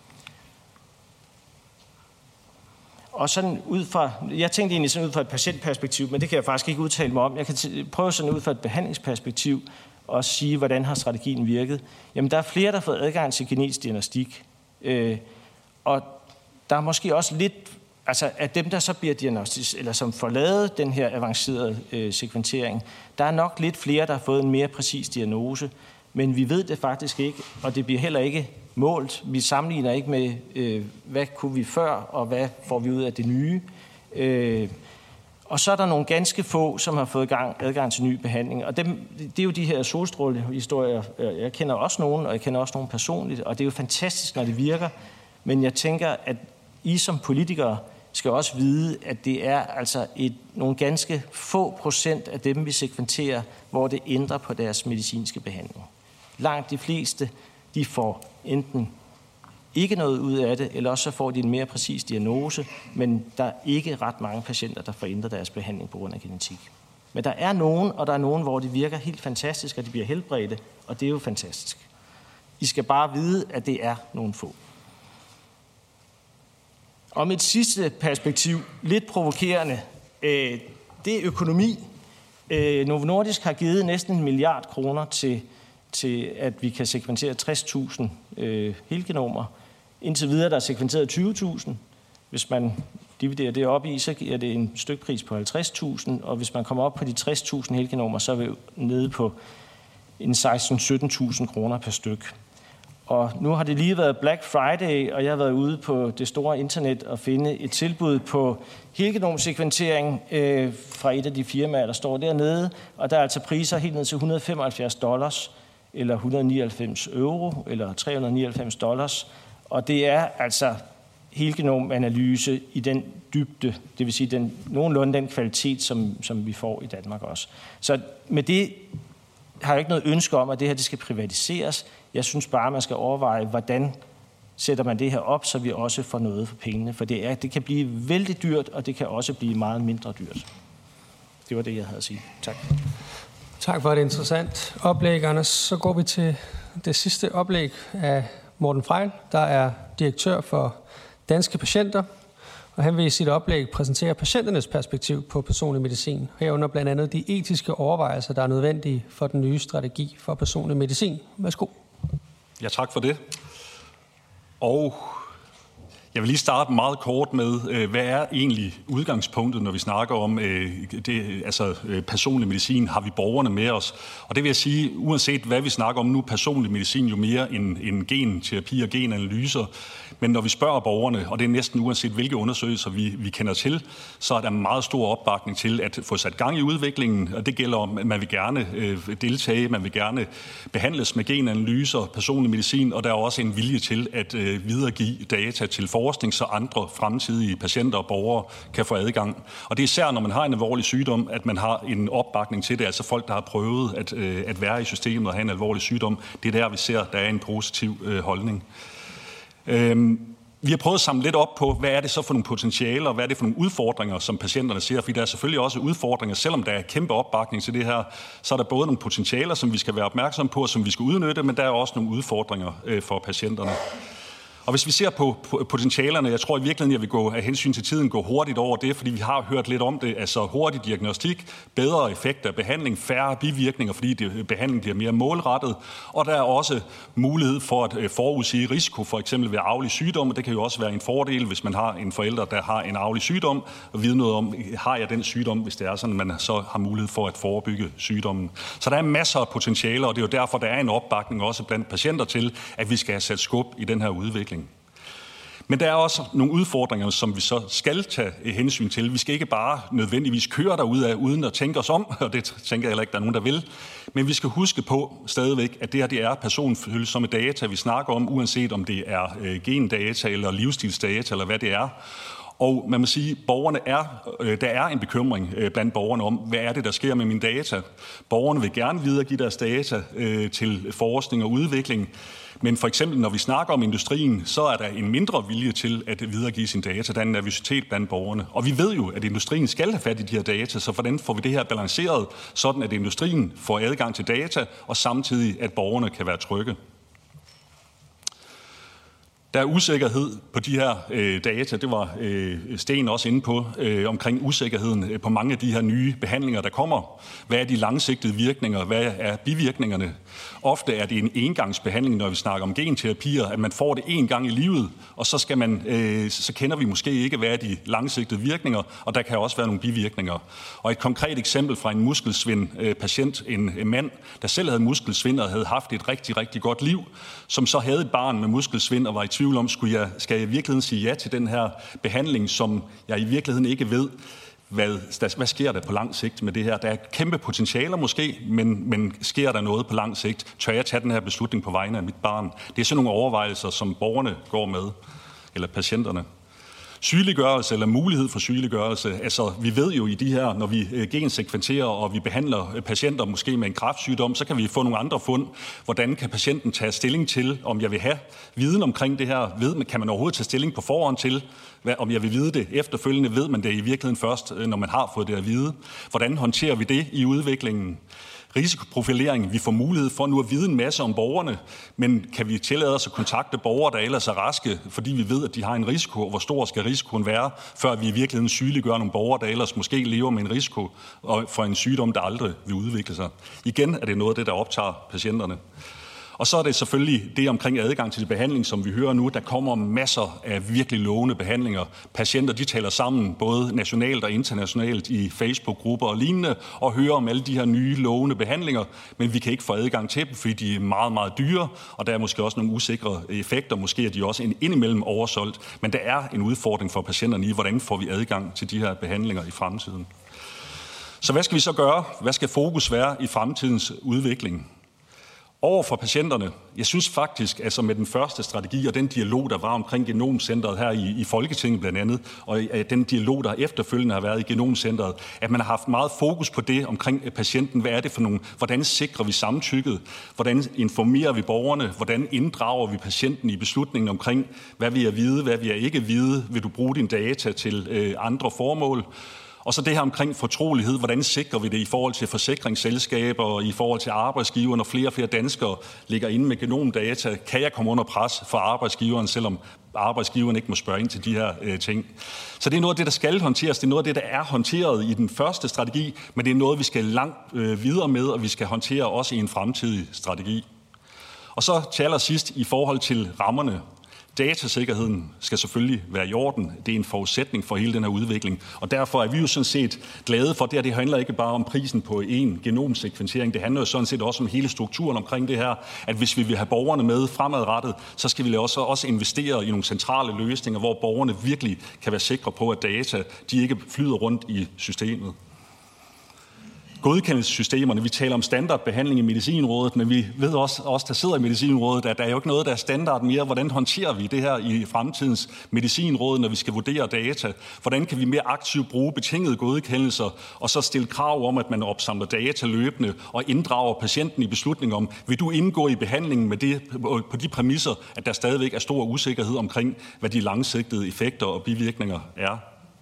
Og sådan ud fra, jeg tænkte egentlig sådan ud fra et patientperspektiv, men det kan jeg faktisk ikke udtale mig om. Jeg kan prøve sådan ud fra et behandlingsperspektiv og sige, hvordan har strategien virket. Jamen, der er flere, der har fået adgang til genetisk diagnostik. Øh, og der er måske også lidt, altså at dem, der så bliver diagnostisk, eller som får lavet den her avancerede øh, sekventering, der er nok lidt flere, der har fået en mere præcis diagnose, men vi ved det faktisk ikke, og det bliver heller ikke målt. Vi sammenligner ikke med, øh, hvad kunne vi før, og hvad får vi ud af det nye. Øh, og så er der nogle ganske få, som har fået gang, adgang til ny behandling, og dem, det er jo de her solstrålehistorier. Jeg kender også nogen, og jeg kender også nogen personligt, og det er jo fantastisk, når det virker, men jeg tænker, at I som politikere skal også vide, at det er altså et, nogle ganske få procent af dem, vi sekventerer, hvor det ændrer på deres medicinske behandling. Langt de fleste, de får enten ikke noget ud af det, eller også så får de en mere præcis diagnose, men der er ikke ret mange patienter, der får ændret deres behandling på grund af genetik. Men der er nogen, og der er nogen, hvor det virker helt fantastisk, og de bliver helbredte, og det er jo fantastisk. I skal bare vide, at det er nogle få. Om et sidste perspektiv, lidt provokerende, øh, det er økonomi. Øh, Novo Nordisk har givet næsten en milliard kroner til, til at vi kan sekventere tres tusind øh, helgenomer. Indtil videre der er sekventeret tyve tusind. Hvis man dividerer det op i, så giver det en stykpris på halvtreds tusind, og hvis man kommer op på de tres tusind helgenomer, så er vi nede på en seksten til sytten tusind kroner per styk. Og nu har det lige været Black Friday, og jeg har været ude på det store internet og finde et tilbud på helgenomsekventering øh, fra et af de firmaer, der står dernede. Og der er altså priser helt ned til et hundrede og femoghalvfjerds dollars, eller et hundrede og nioghalvfems euro, eller tre hundrede og nioghalvfems dollars. Og det er altså helgenomanalyse i den dybde, det vil sige den, nogenlunde den kvalitet, som, som vi får i Danmark også. Så med det har jeg ikke noget ønske om, at det her det skal privatiseres. Jeg synes bare, at man skal overveje, hvordan sætter man det her op, så vi også får noget for pengene. For det, er, det kan blive vældig dyrt, og det kan også blive meget mindre dyrt. Det var det, jeg havde at sige. Tak. Tak for et interessant oplæg, Anders. Så går vi til det sidste oplæg af Morten Frejl, der er direktør for Danske Patienter. Og han vil i sit oplæg præsentere patienternes perspektiv på personlig medicin, herunder blandt andet de etiske overvejelser, der er nødvendige for den nye strategi for personlig medicin. Værsgo. Ja, tak for det. Og jeg vil lige starte meget kort med, hvad er egentlig udgangspunktet, når vi snakker om det, altså personlig medicin, har vi borgerne med os? Og det vil jeg sige, uanset hvad vi snakker om nu, personlig medicin jo mere end, end genterapi og genanalyser. Men når vi spørger borgerne, og det er næsten uanset hvilke undersøgelser vi, vi kender til, så er der meget stor opbakning til at få sat gang i udviklingen. Og det gælder om, at man vil gerne øh, deltage, man vil gerne behandles med genanalyser, personlig medicin, og der er også en vilje til at øh, videregive data til forskning, så andre fremtidige patienter og borgere kan få adgang. Og det er især, når man har en alvorlig sygdom, at man har en opbakning til det. Altså folk, der har prøvet at, øh, at være i systemet og have en alvorlig sygdom. Det er der, vi ser, der er en positiv øh, holdning. Øhm, vi har prøvet at samle lidt op på, hvad er det så for nogle potentialer, og hvad er det for nogle udfordringer, som patienterne ser, fordi der er selvfølgelig også udfordringer, selvom der er kæmpe opbakning til det her, så er der både nogle potentialer, som vi skal være opmærksomme på, og som vi skal udnytte, men der er også nogle udfordringer øh, for patienterne. Og hvis vi ser på potentialerne, jeg tror i virkeligheden, jeg vil gå af hensyn til tiden gå hurtigt over det, fordi vi har hørt lidt om det, altså hurtig diagnostik, bedre effekt af behandling, færre bivirkninger, fordi det, behandling bliver mere målrettet, og der er også mulighed for at forudsige risiko, for eksempel ved arvelig sygdom, og det kan jo også være en fordel, hvis man har en forælder, der har en arvelig sygdom, og vide noget om, har jeg den sygdom, hvis det er sådan, at man så har mulighed for at forebygge sygdommen. Så der er masser af potentialer, og det er jo derfor, der er en opbakning også blandt patienter til, at vi skal have sat skub i den her udvikling. Men der er også nogle udfordringer, som vi så skal tage hensyn til. Vi skal ikke bare nødvendigvis køre derudad uden at tænke os om, og det tænker jeg heller ikke, der er nogen, der vil. Men vi skal huske på stadigvæk, at det her det er personfølsomme data, vi snakker om, uanset om det er gendata eller livsstilsdata eller hvad det er. Og man må sige, borgerne er, der er en bekymring blandt borgerne om, hvad er det, der sker med mine data. Borgerne vil gerne videregive deres data til forskning og udvikling. Men for eksempel, når vi snakker om industrien, så er der en mindre vilje til at videregive sin data. Der er en nervøsitet blandt borgerne. Og vi ved jo, at industrien skal have fat i de her data, så hvordan får vi det her balanceret, sådan at industrien får adgang til data, og samtidig at borgerne kan være trygge. Der er usikkerhed på de her øh, data, det var øh, Sten også inde på, øh, omkring usikkerheden på mange af de her nye behandlinger, der kommer. Hvad er de langsigtede virkninger? Hvad er bivirkningerne? Ofte er det en engangsbehandling, når vi snakker om genterapier, at man får det en gang i livet, og så, skal man, øh, så kender vi måske ikke, hvad er de langsigtede virkninger, og der kan også være nogle bivirkninger. Og et konkret eksempel fra en muskelsvind-patient, en, en mand, der selv havde muskelsvind og havde haft et rigtig, rigtig godt liv, som så havde et barn med muskelsvind og var i tvivl om, skulle jeg, skal jeg i virkeligheden sige ja til den her behandling, som jeg i virkeligheden ikke ved, hvad, hvad sker der på lang sigt med det her? Der er kæmpe potentialer måske, men, men sker der noget på lang sigt? Tør jeg tage den her beslutning på vegne af mit barn? Det er sådan nogle overvejelser, som borgerne går med, eller patienterne. Sygeliggørelse eller mulighed for sygeliggørelse. Altså, vi ved jo i de her, når vi gensekventerer og vi behandler patienter måske med en kræftsygdom, så kan vi få nogle andre fund. Hvordan kan patienten tage stilling til, om jeg vil have viden omkring det her? Ved, kan man overhovedet tage stilling på forhånd til, hvad, om jeg vil vide det efterfølgende? Ved man det i virkeligheden først, når man har fået det at vide? Hvordan håndterer vi det i udviklingen? Risikoprofilering. Vi får mulighed for nu at vide en masse om borgerne, men kan vi tillade os at kontakte borgere, der ellers er raske, fordi vi ved, at de har en risiko, og hvor stor skal risikoen være, før vi i virkeligheden sygeliggør nogle borgere, der ellers måske lever med en risiko for en sygdom, der aldrig vil udvikle sig. Igen er det noget af det, der optager patienterne. Og så er det selvfølgelig det omkring adgang til behandling, som vi hører nu. Der kommer masser af virkelig lovende behandlinger. Patienter, de taler sammen både nationalt og internationalt i Facebook-grupper og lignende, og hører om alle de her nye lovende behandlinger, men vi kan ikke få adgang til dem, fordi de er meget, meget dyre, og der er måske også nogle usikre effekter. Måske er de også indimellem oversolgt, men der er en udfordring for patienterne i, hvordan får vi adgang til de her behandlinger i fremtiden. Så hvad skal vi så gøre? Hvad skal fokus være i fremtidens udvikling? Over for patienterne, jeg synes faktisk, altså med den første strategi og den dialog, der var omkring Genomcentret her i, i Folketinget blandt andet, og den dialog, der efterfølgende har været i Genomcentret, at man har haft meget fokus på det omkring patienten. Hvad er det for nogle, hvordan sikrer vi samtykket? Hvordan informerer vi borgerne? Hvordan inddrager vi patienten i beslutningen omkring, hvad vil jeg vide, hvad vil jeg ikke vide? Vil du bruge dine data til øh, andre formål? Og så det her omkring fortrolighed, hvordan sikrer vi det i forhold til forsikringsselskaber og i forhold til arbejdsgiver, når flere og flere danskere ligger inde med genomdata, kan jeg komme under pres for arbejdsgiveren, selvom arbejdsgiveren ikke må spørge ind til de her øh, ting. Så det er noget af det, der skal håndteres. Det er noget af det, der er håndteret i den første strategi, men det er noget, vi skal langt øh, videre med, og vi skal håndtere også i en fremtidig strategi. Og så til allersidst i forhold til rammerne. Datasikkerheden skal selvfølgelig være i orden. Det er en forudsætning for hele den her udvikling. Og derfor er vi jo sådan set glade for det, og det handler ikke bare om prisen på en genomsekventering. Det handler jo sådan set også om hele strukturen omkring det her, at hvis vi vil have borgerne med fremadrettet, så skal vi også, også investere i nogle centrale løsninger, hvor borgerne virkelig kan være sikre på, at data de ikke flyder rundt i systemet. Godkendelsessystemerne, vi taler om standardbehandling i Medicinrådet, men vi ved også, os der sidder i Medicinrådet, at der er jo ikke noget, der er standard mere. Hvordan håndterer vi det her i fremtidens Medicinråd, når vi skal vurdere data? Hvordan kan vi mere aktivt bruge betingede godkendelser, og så stille krav om, at man opsamler data løbende og inddrager patienten i beslutningen om, vil du indgå i behandlingen med det, på de præmisser, at der stadigvæk er stor usikkerhed omkring, hvad de langsigtede effekter og bivirkninger er.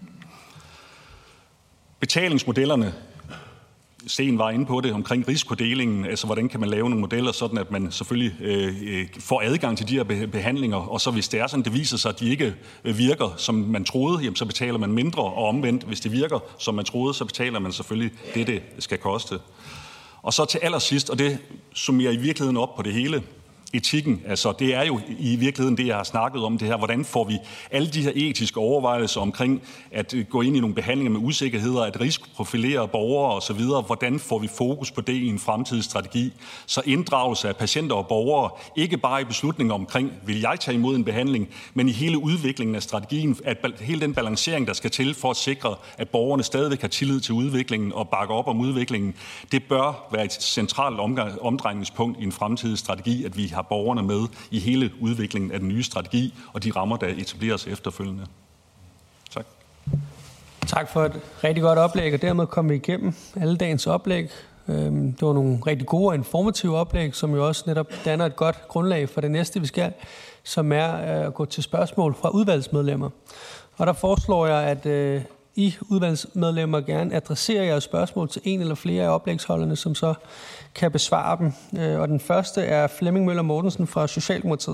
Betalingsmodellerne. Sten var inde på det omkring risikodelingen, altså hvordan kan man lave nogle modeller, sådan at man selvfølgelig øh, får adgang til de her behandlinger, og så hvis det er sådan, det viser sig, at de ikke virker, som man troede, jamen, så betaler man mindre, og omvendt, hvis det virker, som man troede, så betaler man selvfølgelig det, det skal koste. Og så til allersidst, og det summerer i virkeligheden op på det hele, etikken, altså det er jo i virkeligheden det, jeg har snakket om det her. Hvordan får vi alle de her etiske overvejelser omkring at gå ind i nogle behandlinger med usikkerheder, at risikoprofilere borgere osv., hvordan får vi fokus på det i en fremtidig strategi? Så inddragelse af patienter og borgere, ikke bare i beslutninger omkring, vil jeg tage imod en behandling, men i hele udviklingen af strategien, at hele den balancering, der skal til for at sikre, at borgerne stadigvæk har tillid til udviklingen og bakker op om udviklingen, det bør være et centralt omdrejningspunkt i en fremtidig strategi, at vi har borgerne med i hele udviklingen af den nye strategi og de rammer, der etableres efterfølgende. Tak. Tak for et rigtig godt oplæg, og dermed kom vi igennem alle dagens oplæg. Det var nogle rigtig gode og informative oplæg, som jo også netop danner et godt grundlag for det næste, vi skal, som er at gå til spørgsmål fra udvalgsmedlemmer. Og der foreslår jeg, at I udvalgsmedlemmer gerne adresserer jeres spørgsmål til en eller flere af oplægsholderne, som så kan besvare dem. Og den første er Flemming Møller Mortensen fra Socialdemokratiet.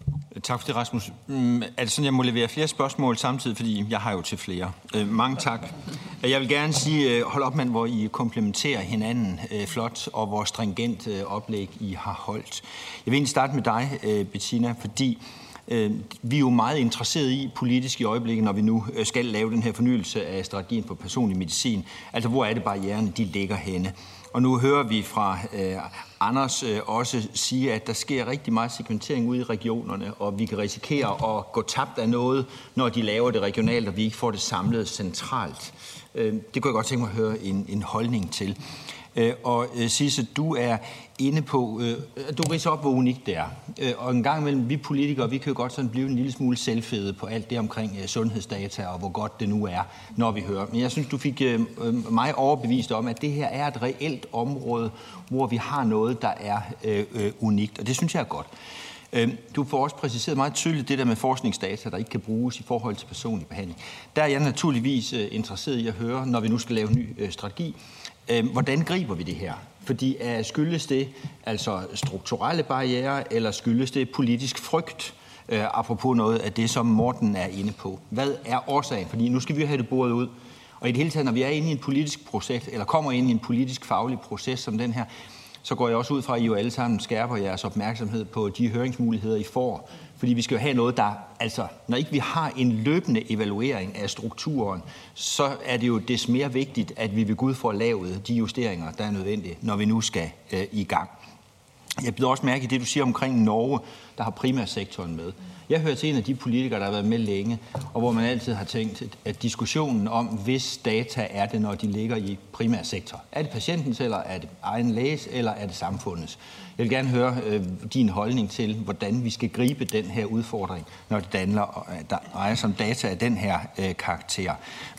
Tak for det, Rasmus. Er det sådan, jeg må levere flere spørgsmål samtidig, fordi jeg har jo til flere. Øh, mange tak. Jeg vil gerne sige, hold op, mand, hvor I komplementerer hinanden øh, flot, og hvor stringent øh, oplæg I har holdt. Jeg vil egentlig starte med dig, øh, Bettina, fordi øh, vi er jo meget interesserede i politisk i øjeblikket, når vi nu øh, skal lave den her fornyelse af strategien for personlig medicin. Altså, hvor er det barriererne, de ligger henne? Og nu hører vi fra øh, Anders øh, også sige, at der sker rigtig meget segmentering ude i regionerne, og vi kan risikere at gå tabt af noget, når de laver det regionalt, og vi ikke får det samlet centralt. Øh, det kunne jeg godt tænke mig at høre en, en holdning til. Øh, og øh, Sisse, du er inde på, øh, du ridser op, hvor unikt det er. Øh, og en gang imellem, vi politikere, vi kan jo godt sådan blive en lille smule selvfede på alt det omkring øh, sundhedsdata, og hvor godt det nu er, når vi hører. Men jeg synes, du fik øh, mig overbevist om, at det her er et reelt område, hvor vi har noget, der er øh, øh, unikt. Og det synes jeg er godt. Øh, du får også præciseret meget tydeligt det der med forskningsdata, der ikke kan bruges i forhold til personlig behandling. Der er jeg naturligvis øh, interesseret i at høre, når vi nu skal lave en ny øh, strategi, øh, hvordan griber vi det her? Fordi uh, skyldes det altså strukturelle barrierer, eller skyldes det politisk frygt, uh, apropos noget af det, som Morten er inde på? Hvad er årsagen? Fordi nu skal vi have det boret ud. Og i det hele taget, når vi er inde i en politisk proces, eller kommer ind i en politisk faglig proces som den her, så går jeg også ud fra, at I jo alle sammen skærper jeres opmærksomhed på de høringsmuligheder, I får. Fordi vi skal jo have noget, der, altså, når ikke vi har en løbende evaluering af strukturen, så er det jo des mere vigtigt, at vi ved Gud får lavet de justeringer, der er nødvendige, når vi nu skal øh, i gang. Jeg bider også mærke i det, du siger omkring Norge, der har primærsektoren med. Jeg hører til en af de politikere, der har været med længe, og hvor man altid har tænkt, at diskussionen om, hvis data er det, når de ligger i primærsektor. Er det patientens, eller er det egen læges, eller er det samfundets? Jeg vil gerne høre øh, din holdning til, hvordan vi skal gribe den her udfordring, når det handler, der ejer som data af den her øh, karakter.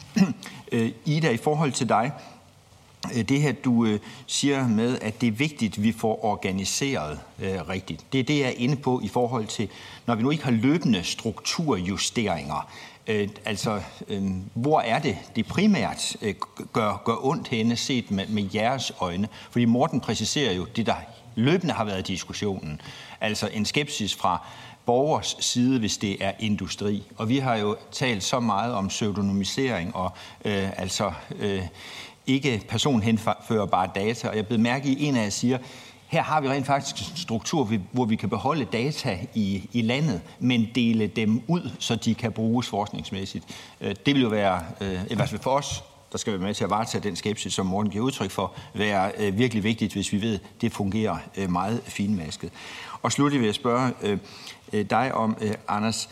øh, Ida, i forhold til dig, det her, du øh, siger med, at det er vigtigt, at vi får organiseret øh, rigtigt. Det er det, jeg er inde på i forhold til, når vi nu ikke har løbende strukturjusteringer. Øh, altså, øh, hvor er det, det primært øh, gør, gør ondt henne set med, med jeres øjne? Fordi Morten præciserer jo det, der løbende har været diskussionen. Altså en skepsis fra borgers side, hvis det er industri. Og vi har jo talt så meget om pseudonymisering og øh, altså... Øh, ikke personhenførbare data, og jeg blev mærke i, en af jer siger, her har vi rent faktisk en struktur, hvor vi kan beholde data i, i landet, men dele dem ud, så de kan bruges forskningsmæssigt. Det vil jo være, i hvert fald for os, der skal være med til at varetage den skepsis, som Morten giver udtryk for, være virkelig vigtigt, hvis vi ved, at det fungerer meget finmasket. Og slutligt vil jeg spørge dig om, Anders,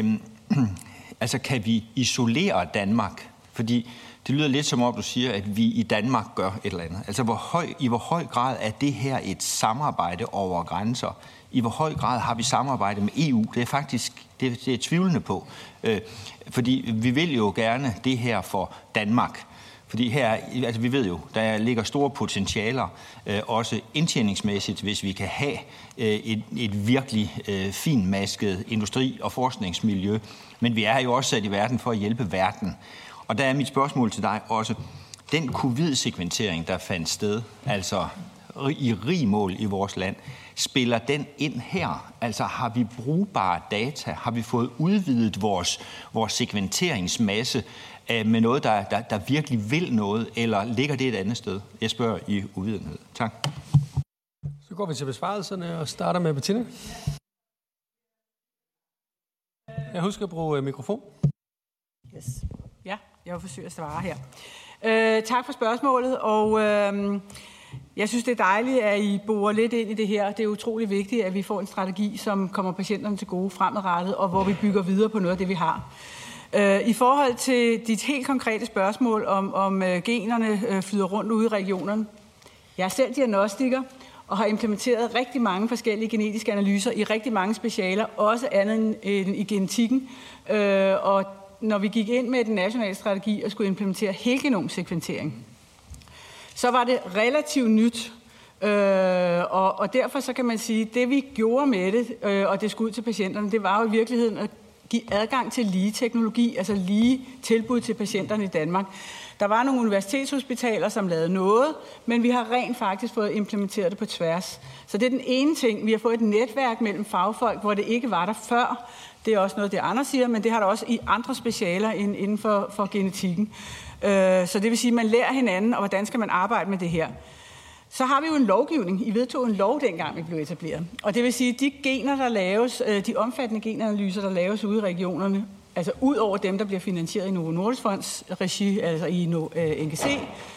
altså kan vi isolere Danmark? Fordi det lyder lidt som om, du siger, at vi i Danmark gør et eller andet. Altså, hvor høj, i hvor høj grad er det her et samarbejde over grænser? I hvor høj grad har vi samarbejde med E U? Det er faktisk det, det er tvivlende på. Øh, fordi vi vil jo gerne det her for Danmark. Fordi her, altså vi ved jo, der ligger store potentialer, øh, også indtjeningsmæssigt, hvis vi kan have øh, et, et virkelig øh, finmasket industri- og forskningsmiljø. Men vi er jo også sat i verden for at hjælpe verden. Og der er mit spørgsmål til dig også. Den covid-sekventering, der fandt sted, altså i rig mål i vores land, spiller den ind her? Altså har vi brugbare data? Har vi fået udvidet vores, vores sekventeringsmasse øh, med noget, der, der, der virkelig vil noget, eller ligger det et andet sted? Jeg spørger i uvidenhed. Tak. Så går vi til besvarelserne og starter med Bettina. Jeg husker at bruge mikrofon. Yes. Ja, jeg vil forsøge at svare her. Øh, tak for spørgsmålet, og øh, jeg synes, det er dejligt, at I borer lidt ind i det her. Det er utrolig vigtigt, at vi får en strategi, som kommer patienterne til gode fremadrettet, og hvor vi bygger videre på noget af det, vi har. Øh, I forhold til dit helt konkrete spørgsmål om, om øh, generne øh, flyder rundt ude i regionerne. Jeg er selv diagnostiker og har implementeret rigtig mange forskellige genetiske analyser i rigtig mange specialer, også andet end i genetikken, øh, og når vi gik ind med den nationale strategi og skulle implementere helgenomsekventering, så var det relativt nyt. Øh, og, og derfor så kan man sige, at det vi gjorde med det, øh, og det skulle ud til patienterne, det var jo i virkeligheden at give adgang til lige teknologi, altså lige tilbud til patienterne i Danmark. Der var nogle universitetshospitaler, som lavede noget, men vi har rent faktisk fået implementeret det på tværs. Så det er den ene ting. Vi har fået et netværk mellem fagfolk, hvor det ikke var der før. Det er også noget, det andre siger, men det har der også i andre specialer inden for, for genetikken. Så det vil sige, at man lærer hinanden, og hvordan skal man arbejde med det her. Så har vi jo en lovgivning. I vedtog en lov, dengang vi blev etableret. Og det vil sige, at de gener, der laves, de omfattende genanalyser, der laves ude i regionerne, altså ud over dem, der bliver finansieret i Novo Nordisk Fonds regi, altså i N G C,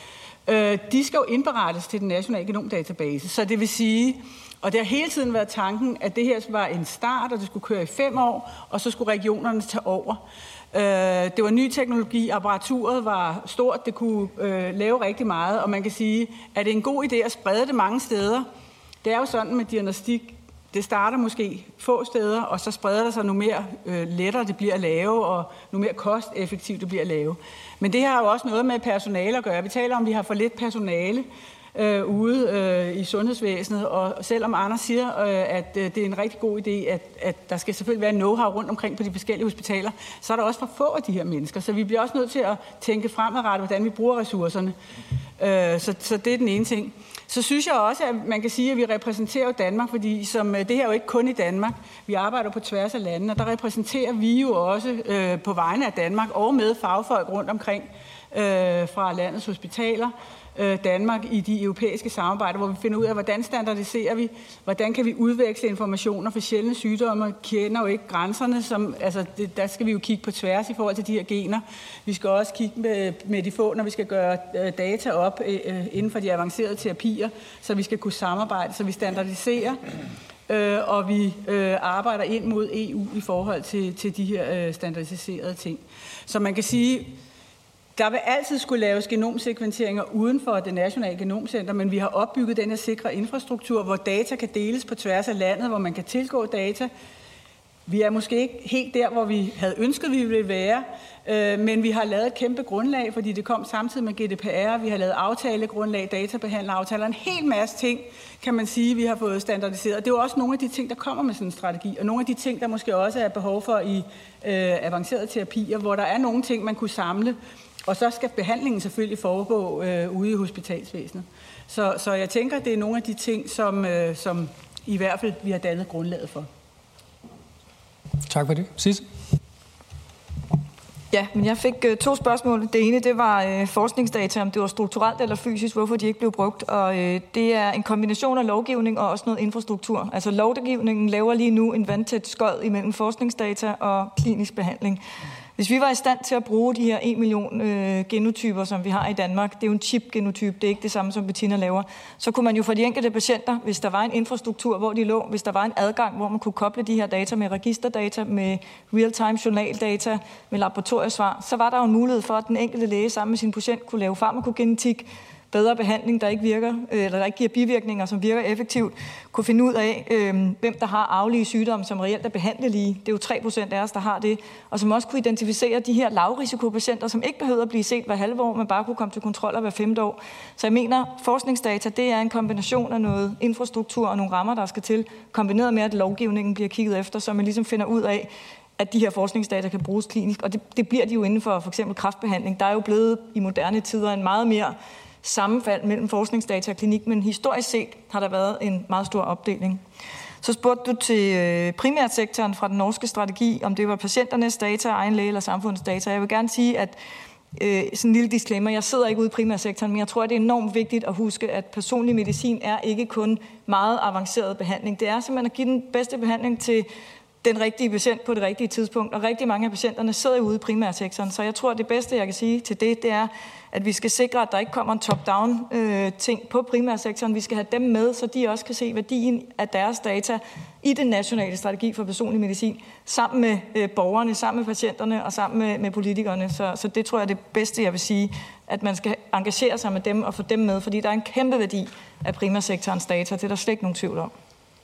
de skal jo indberettes til den nationale genomdatabase. Så det vil sige, og det har hele tiden været tanken, at det her var en start, og det skulle køre i fem år, og så skulle regionerne tage over. Det var ny teknologi, apparaturet var stort, det kunne øh, lave rigtig meget, og man kan sige, at det er en god idé at sprede det mange steder. Det er jo sådan med diagnostik, det starter måske få steder, og så spreder det sig nu mere øh, lettere det bliver at lave, og nu mere kosteffektivt det bliver at lave. Men det har jo også noget med personale at gøre. Vi taler om, at vi har for lidt personale øh, ude øh, i sundhedsvæsenet, og selvom Anders siger, øh, at øh, det er en rigtig god idé, at, at der skal selvfølgelig være know-how rundt omkring på de forskellige hospitaler, så er der også for få af de her mennesker. Så vi bliver også nødt til at tænke fremadrettet, hvordan vi bruger ressourcerne. Øh, så, så det er den ene ting. Så synes jeg også, at man kan sige, at vi repræsenterer jo Danmark, fordi som, det her er jo ikke kun i Danmark. Vi arbejder på tværs af landene, og der repræsenterer vi jo også øh, på vegne af Danmark og med fagfolk rundt omkring øh, fra landets hospitaler, øh, Danmark i de europæiske samarbejder, hvor vi finder ud af, hvordan standardiserer vi, hvordan kan vi udveksle informationer for sjældne sygdomme, kender jo ikke grænserne, som, altså det, der skal vi jo kigge på tværs i forhold til de her gener. Vi skal også kigge med, med de få, når vi skal gøre øh, data op øh, inden for de avancerede terapier, så vi skal kunne samarbejde, så vi standardiserer, øh, og vi øh, arbejder ind mod E U i forhold til, til de her øh, standardiserede ting. Så man kan sige, der vil altid skulle laves genomsekventeringer uden for det nationale genomcenter, men vi har opbygget den her sikre infrastruktur, hvor data kan deles på tværs af landet, hvor man kan tilgå data. Vi er måske ikke helt der, hvor vi havde ønsket, vi ville være, øh, men vi har lavet et kæmpe grundlag, fordi det kom samtidig med G D P R. Vi har lavet aftalegrundlag, databehandleraftaler, en hel masse ting, kan man sige, vi har fået standardiseret. Det er jo også nogle af de ting, der kommer med sådan en strategi, og nogle af de ting, der måske også er behov for i øh, avancerede terapier, hvor der er nogle ting, man kunne samle. Og så skal behandlingen selvfølgelig foregå øh, ude i hospitalsvæsenet. Så, så jeg tænker, at det er nogle af de ting, som, øh, som i hvert fald vi har dannet grundlaget for. Tak for det. Sisse? Ja, men jeg fik øh, to spørgsmål. Det ene, det var øh, forskningsdata, om det var strukturelt eller fysisk, hvorfor de ikke blev brugt. Og øh, det er en kombination af lovgivning og også noget infrastruktur. Altså lovgivningen laver lige nu en vandtæt skod imellem forskningsdata og klinisk behandling. Hvis vi var i stand til at bruge de her en million øh, genotyper, som vi har i Danmark, det er jo en chip-genotyp, det er ikke det samme, som Bettina laver, så kunne man jo for de enkelte patienter, hvis der var en infrastruktur, hvor de lå, hvis der var en adgang, hvor man kunne koble de her data med registerdata, med real-time journaldata, med laboratoriesvar, så var der jo en mulighed for, at den enkelte læge sammen med sin patient kunne lave farmakogenetik, bedre behandling, der ikke virker, eller der ikke giver bivirkninger, som virker effektivt, kunne finde ud af, øh, hvem der har arvelige sygdomme, som reelt er behandlelige. Det er jo tre procent af os, der har det. Og som også kunne identificere de her lavrisikopatienter, som ikke behøver at blive set hver halve år, men bare kunne komme til kontroller hver femte år. Så jeg mener, forskningsdata, det er en kombination af noget infrastruktur og nogle rammer, der skal til, kombineret med, at lovgivningen bliver kigget efter, så man ligesom finder ud af, at de her forskningsdata kan bruges klinisk. Og det, det bliver de jo inden for for eksempel kræftbehandling. Der er jo blevet i moderne tider en meget mere sammenfald mellem forskningsdata og klinik, men historisk set har der været en meget stor opdeling. Så spurgte du til primærsektoren fra den norske strategi, om det var patienternes data, egen læge eller samfundets data. Jeg vil gerne sige, at øh, sådan en lille disclaimer, jeg sidder ikke ude i primærsektoren, men jeg tror, at det er enormt vigtigt at huske, at personlig medicin er ikke kun meget avanceret behandling. Det er simpelthen at give den bedste behandling til den rigtige patient på det rigtige tidspunkt, og rigtig mange af patienterne sidder ude i primærsektoren. Så jeg tror, at det bedste, jeg kan sige til det, det er, at vi skal sikre, at der ikke kommer en top-down øh, ting på primærsektoren. Vi skal have dem med, så de også kan se værdien af deres data i den nationale strategi for personlig medicin, sammen med øh, borgerne, sammen med patienterne og sammen med, med politikerne. Så, så det tror jeg er det bedste, jeg vil sige, at man skal engagere sig med dem og få dem med, fordi der er en kæmpe værdi af primærsektorens data. Det er der slet ikke nogen tvivl om.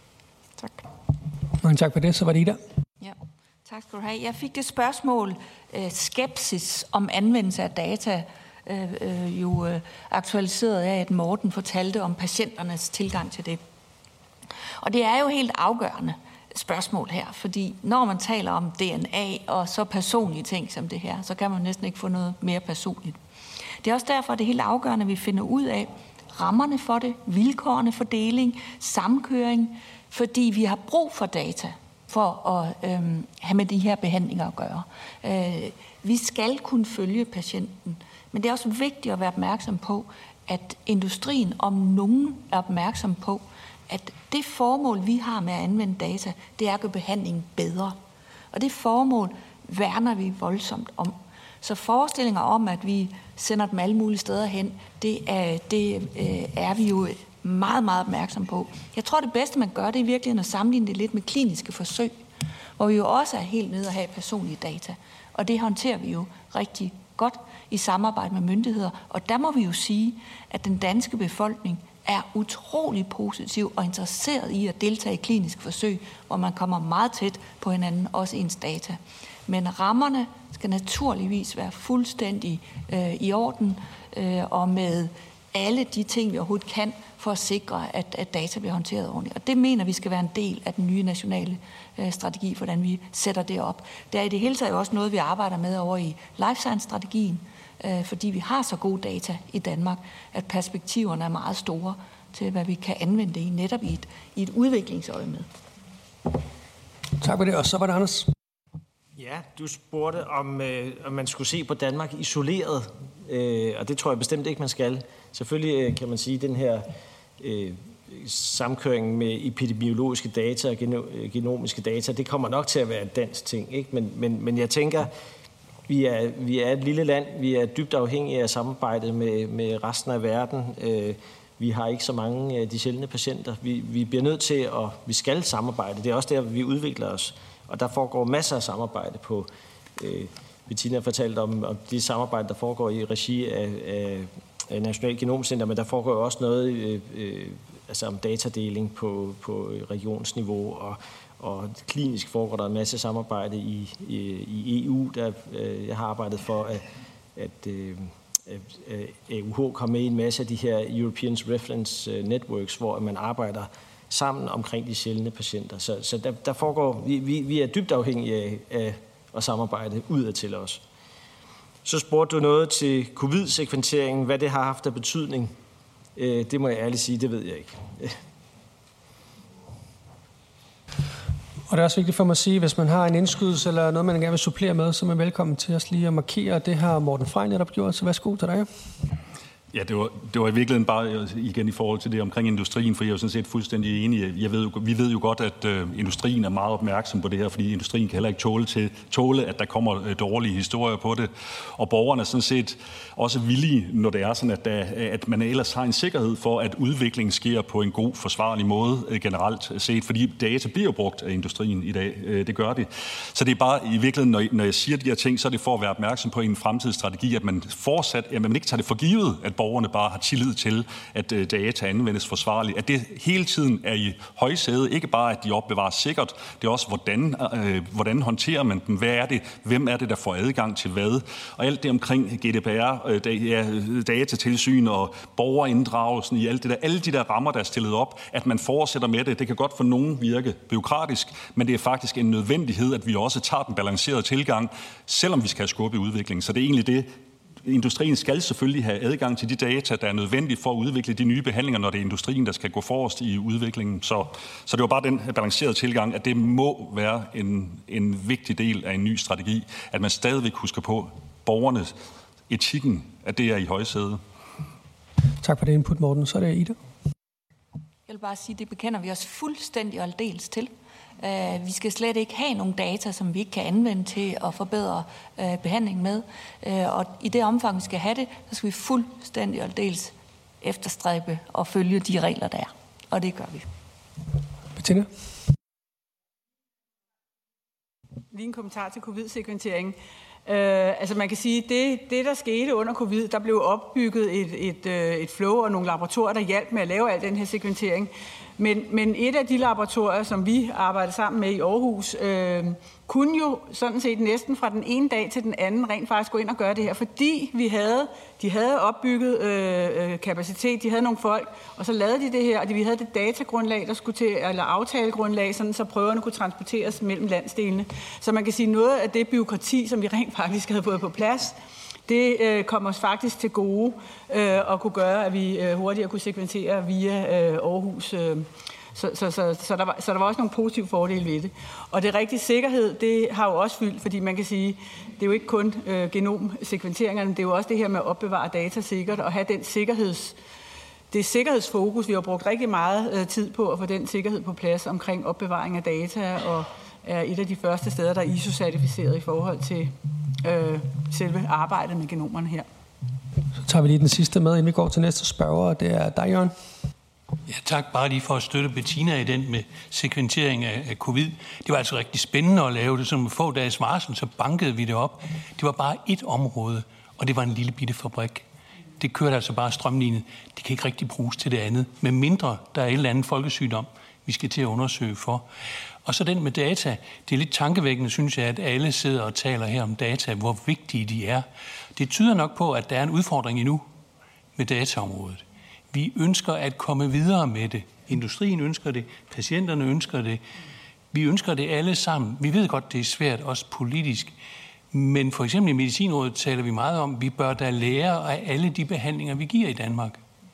Tak. Mange tak for det. Så var det Ida. Ja, tak skal du have. Jeg fik det spørgsmål, øh, skepsis om anvendelse af data, øh, øh, jo øh, aktualiseret af, at Morten fortalte om patienternes tilgang til det. Og det er jo helt afgørende, spørgsmål her, fordi når man taler om D N A og så personlige ting som det her, så kan man næsten ikke få noget mere personligt. Det er også derfor, at det er helt afgørende, at vi finder ud af rammerne for det, vilkårene for deling, samkøring, fordi vi har brug for data for at øhm, have med de her behandlinger at gøre. Øh, vi skal kunne følge patienten, men det er også vigtigt at være opmærksom på, at industrien om nogen er opmærksom på, at det formål, vi har med at anvende data, det er at gøre behandlingen bedre. Og det formål værner vi voldsomt om. Så forestillinger om, at vi sender dem alle mulige steder hen, det er, det øh, er vi jo meget, meget opmærksom på. Jeg tror, det bedste, man gør, det er virkelig at sammenligne det lidt med kliniske forsøg, hvor vi jo også er helt nede at have personlige data. Og det håndterer vi jo rigtig godt i samarbejde med myndigheder. Og der må vi jo sige, at den danske befolkning er utrolig positiv og interesseret i at deltage i kliniske forsøg, hvor man kommer meget tæt på hinanden, også ens data. Men rammerne skal naturligvis være fuldstændig øh, i orden, øh, og med alle de ting, vi overhovedet kan, for at sikre, at, at data bliver håndteret ordentligt. Og det mener vi skal være en del af den nye nationale øh, strategi, hvordan vi sætter det op. Det er i det hele taget også noget, vi arbejder med over i life science-strategien, øh, fordi vi har så gode data i Danmark, at perspektiverne er meget store til, hvad vi kan anvende det i, netop i et, i et udviklingsøje med. Tak for det, og så var det Anders. Ja, du spurgte, om, øh, om man skulle se på Danmark isoleret, øh, og det tror jeg bestemt ikke, man skal. Selvfølgelig øh, kan man sige, at den her øh, samkøring med epidemiologiske data og geno- genomiske data, det kommer nok til at være et dansk ting, ikke? Men, men, men jeg tænker, vi er, vi er et lille land, vi er dybt afhængige af samarbejdet med, med resten af verden. Øh, vi har ikke så mange af de sjældne patienter. Vi, vi bliver nødt til at, vi skal samarbejde. Det er også der, vi udvikler os. Og der foregår masser af samarbejde på, øh, Bettina fortalte om, om det samarbejde, der foregår i regi af, af, af National Genomcenter, men der foregår også noget øh, øh, altså om datadeling på, på regionsniveau, og, og klinisk foregår der en masse samarbejde i, i, i E U, der øh, jeg har arbejdet for, at, at øh, A U H kom med i en masse af de her European Reference Networks, hvor man arbejder sammen omkring de sjældne patienter. Så, så der, der foregår, vi, vi, vi er dybt afhængige af, af at samarbejde udad til os. Så spurgte du noget til covid-sekventeringen, hvad det har haft af betydning. Øh, det må jeg ærligt sige, det ved jeg ikke. Og det er også vigtigt for mig at sige, hvis man har en indskydelse eller noget, man gerne vil supplere med, så er man velkommen til os lige at markere. Det har Morten Frey netop gjort, så værsgo til dig. Ja, det var, det var i virkeligheden bare igen i forhold til det omkring industrien, for jeg er jo sådan set fuldstændig enig. Jeg ved, vi ved jo godt, at øh, industrien er meget opmærksom på det her, fordi industrien kan heller ikke tåle, til, tåle at der kommer øh, dårlige historier på det. Og borgerne er sådan set også villige, når det er sådan, at, der, at man ellers har en sikkerhed for, at udviklingen sker på en god, forsvarlig måde øh, generelt set, fordi data bliver brugt af industrien i dag. Øh, det gør det. Så det er bare i virkeligheden, når, når jeg siger de her ting, så er det for at være opmærksom på en fremtidsstrategi, at man fortsat, at man ikke tager det for givet, at borgerne bare har tillid til, at data anvendes forsvarligt. At det hele tiden er i højsædet. Ikke bare, at de opbevares sikkert. Det er også, hvordan, øh, hvordan håndterer man dem? Hvad er det? Hvem er det, der får adgang til hvad? Og alt det omkring G D P R, øh, ja, datatilsyn og borgerinddragelsen i alt det der, alle de der rammer, der er stillet op, at man fortsætter med det. Det kan godt for nogen virke bureaukratisk, men det er faktisk en nødvendighed, at vi også tager den balancerede tilgang, selvom vi skal have skubbe i udviklingen. Så det er egentlig det, industrien skal selvfølgelig have adgang til de data, der er nødvendige for at udvikle de nye behandlinger, når det er industrien, der skal gå forrest i udviklingen. Så, så det var bare den balancerede tilgang, at det må være en, en vigtig del af en ny strategi, at man stadigvæk husker på borgernes etikken, at det er i højsædet. Tak for det input, Morten. Så er det Ida. Jeg vil bare sige, at det bekender vi os fuldstændig og aldeles til. Uh, vi skal slet ikke have nogle data, som vi ikke kan anvende til at forbedre uh, behandlingen med. Uh, og i det omfang, vi skal have det, så skal vi fuldstændig og aldeles efterstræbe og følge de regler, der er. Og det gør vi. Bettina? Lige en kommentar til covid-sekventering. Øh, altså man kan sige, det, det der skete under covid, der blev opbygget et, et, et flow og nogle laboratorier, der hjalp med at lave al den her sekventering. Men, men et af de laboratorier, som vi arbejder sammen med i Aarhus, øh, kunne jo sådan set næsten fra den ene dag til den anden rent faktisk gå ind og gøre det her, fordi vi havde, de havde opbygget øh, kapacitet, de havde nogle folk, og så lavede de det her, og vi havde det datagrundlag, der skulle til, eller aftalegrundlag, sådan så prøverne kunne transporteres mellem landsdelene. Så man kan sige, noget af det byråkrati, som vi rent faktisk havde fået på plads, det øh, kom os faktisk til gode øh, og kunne gøre, at vi øh, hurtigere kunne sekventere via øh, Aarhus. Øh. Så, så, så, så, der var, så der var også nogle positive fordele ved det. Og det rigtige sikkerhed, det har jo også fyldt, fordi man kan sige, det er jo ikke kun øh, genomsekventeringerne, det er jo også det her med at opbevare data sikkert og have den sikkerheds, det sikkerhedsfokus. Vi har brugt rigtig meget øh, tid på at få den sikkerhed på plads omkring opbevaring af data, og er et af de første steder, der er I S O-certificeret i forhold til øh, selve arbejdet med genomerne her. Så tager vi lige den sidste med, inden vi går til næste spørger, og det er dig, Jørgen. Ja, tak. Bare lige for at støtte Bettina i den med sekventering af, af covid. Det var altså rigtig spændende at lave det. Som med få dages varsel, så bankede vi det op. Det var bare ét område, og det var en lille bitte fabrik. Det kørte altså bare strømlignet. Det kan ikke rigtig bruges til det andet. Med mindre der er en eller anden folkesygdom, vi skal til at undersøge for. Og så den med data. Det er lidt tankevækkende, synes jeg, at alle sidder og taler her om data, hvor vigtige de er. Det tyder nok på, at der er en udfordring endnu med dataområdet. Vi ønsker at komme videre med det. Industrien ønsker det. Patienterne ønsker det. Vi ønsker det alle sammen. Vi ved godt, det er svært, også politisk. Men for eksempel i Medicinrådet taler vi meget om, at vi bør da lære af alle de behandlinger, vi giver i Danmark.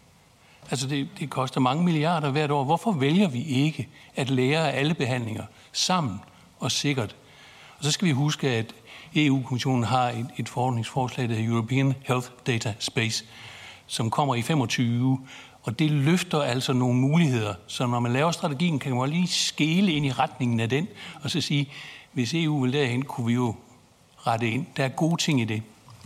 Altså det, det koster mange milliarder hvert år. Hvorfor vælger vi ikke at lære af alle behandlinger sammen og sikkert? Og så skal vi huske, at E U-kommissionen har et, et forordningsforslag, der hedder European Health Data Space, som kommer i femogtyve, og det løfter altså nogle muligheder. Så når man laver strategien, kan man lige skele ind i retningen af den, og så sige, hvis E U vil derhen, kunne vi jo rette ind. Der er gode ting i det.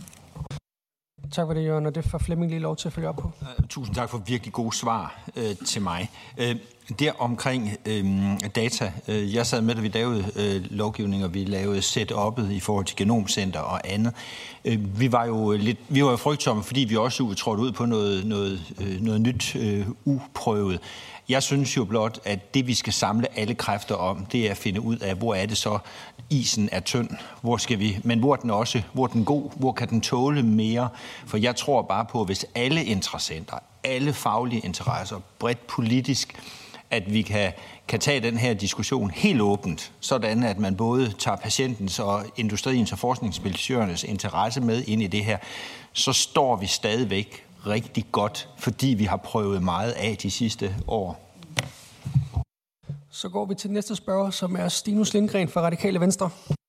Tak for det, Jørgen, og det får Flemming lige lov til at følge op på. Tusind tak for virkelig gode svar øh, til mig. Øh, der omkring øh, data, øh, jeg sad med, da vi lavede øh, lovgivning, og vi lavede setup'et i forhold til genomcenter og andet. Øh, vi var jo lidt, vi var jo frygtsomme, fordi vi også trådte ud på noget, noget, øh, noget nyt øh, uprøvet. Jeg synes jo blot, at det vi skal samle alle kræfter om, det er at finde ud af, hvor er det så isen er tynd, hvor skal vi, men hvor er den også, hvor er den god, hvor kan den tåle mere? For jeg tror bare på, at hvis alle interessenter, alle faglige interesser, bredt politisk, at vi kan, kan tage den her diskussion helt åbent, sådan at man både tager patientens og industriens og forskningsmiljøernes interesse med ind i det her, så står vi stadigvæk rigtig godt, fordi vi har prøvet meget af de sidste år. Så går vi til næste spørger, som er Stinus Lindgren fra Radikale Venstre.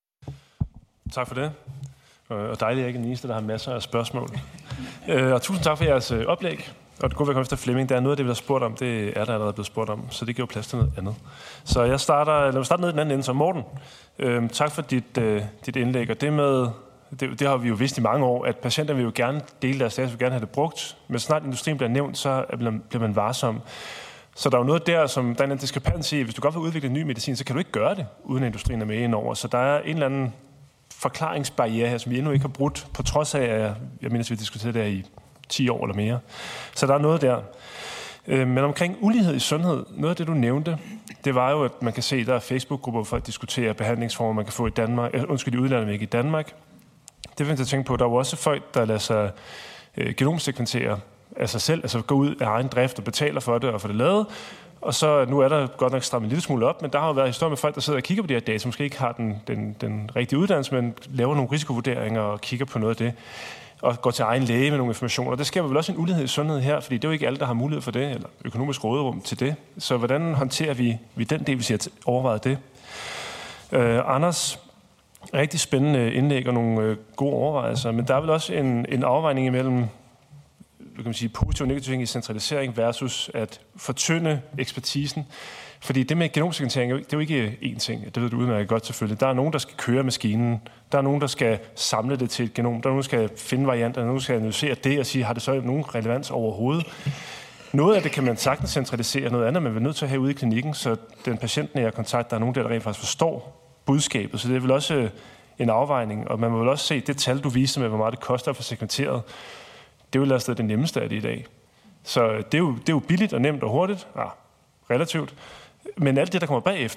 Tak for det. Og dejligt, at jeg ikke er den eneste, der har masser af spørgsmål. Og tusind tak for jeres oplæg. Og det kunne være, at komme efter Flemming. Der er noget af det, vi har spurgt om. Det er der allerede blevet spurgt om, så det giver plads til noget andet. Så jeg starter, lad mig starte ned i den anden ende. Så Morten, øh, tak for dit, øh, dit indlæg. Og det med, det, det har vi jo vidst i mange år, at patienter vil jo gerne dele deres data, vil gerne have det brugt. Men snart industrien bliver nævnt, så bliver man varsom. Så der er jo noget der, som der er en diskrepans i. Hvis du godt vil udvikle en ny medicin, så kan du ikke gøre det, uden at industrien er med indover. Så der er en eller anden forklaringsbarriere her, som vi endnu ikke har brudt, på trods af, at jeg, jeg mener, at vi har diskuteret det her i ti år eller mere. Så der er noget der. Men omkring ulighed i sundhed, noget af det, du nævnte, det var jo, at man kan se, at der er Facebook-grupper, hvor folk diskuterer behandlingsformer, man kan få i Danmark, undskyld, i udlandet, men ikke i Danmark. Det vil jeg tænke på. Der er jo også folk, der lader sig øh, genomsekventere af sig selv, altså gå ud af egen drift og betaler for det og få det lavet. Og så nu er der godt nok strammet en lille smule op, men der har jo været historier med folk, der sidder og kigger på de her data, som måske ikke har den, den, den rigtige uddannelse, men laver nogle risikovurderinger og kigger på noget af det, og går til egen læge med nogle informationer. Der sker vel også en ulighed i sundhed her, fordi det er jo ikke alle, der har mulighed for det, eller økonomisk råderum til det. Så hvordan håndterer vi, vi den del, hvis jeg overvejet det? Uh, Anders, rigtig spændende indlæg og nogle uh, gode overvejelser, men der er vel også en, en afvejning imellem kan man sige, positiv og negativ ting i centralisering versus at fortynde ekspertisen. Fordi det med genomsekventering, det er jo ikke én ting. Det ved du udmærket godt selvfølgelig. Der er nogen, der skal køre maskinen. Der er nogen, der skal samle det til et genom. Der er nogen, der skal finde varianter. Der er nogen, der skal analysere det og sige, har det så nogen relevans overhovedet? Noget af det kan man sagtens centralisere. Noget andet man er nødt til at have ude i klinikken, så den patienten, jeg har kontakt, der er nogen der, der rent faktisk forstår budskabet. Så det er vel også en afvejning. Og man må vel også se det tal, du viste med, hvor meget det koster at få sekventeret. Det er jo altså det nemmeste af det i dag. Så det er jo, det er jo billigt og nemt og hurtigt. Ja, relativt. Men alt det, der kommer bagefter,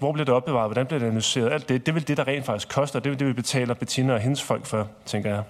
hvor bliver det opbevaret, hvordan bliver det analyseret, alt det, det er vel det, der rent faktisk koster, det er det, vi betaler Bettina og hendes folk for, tænker jeg.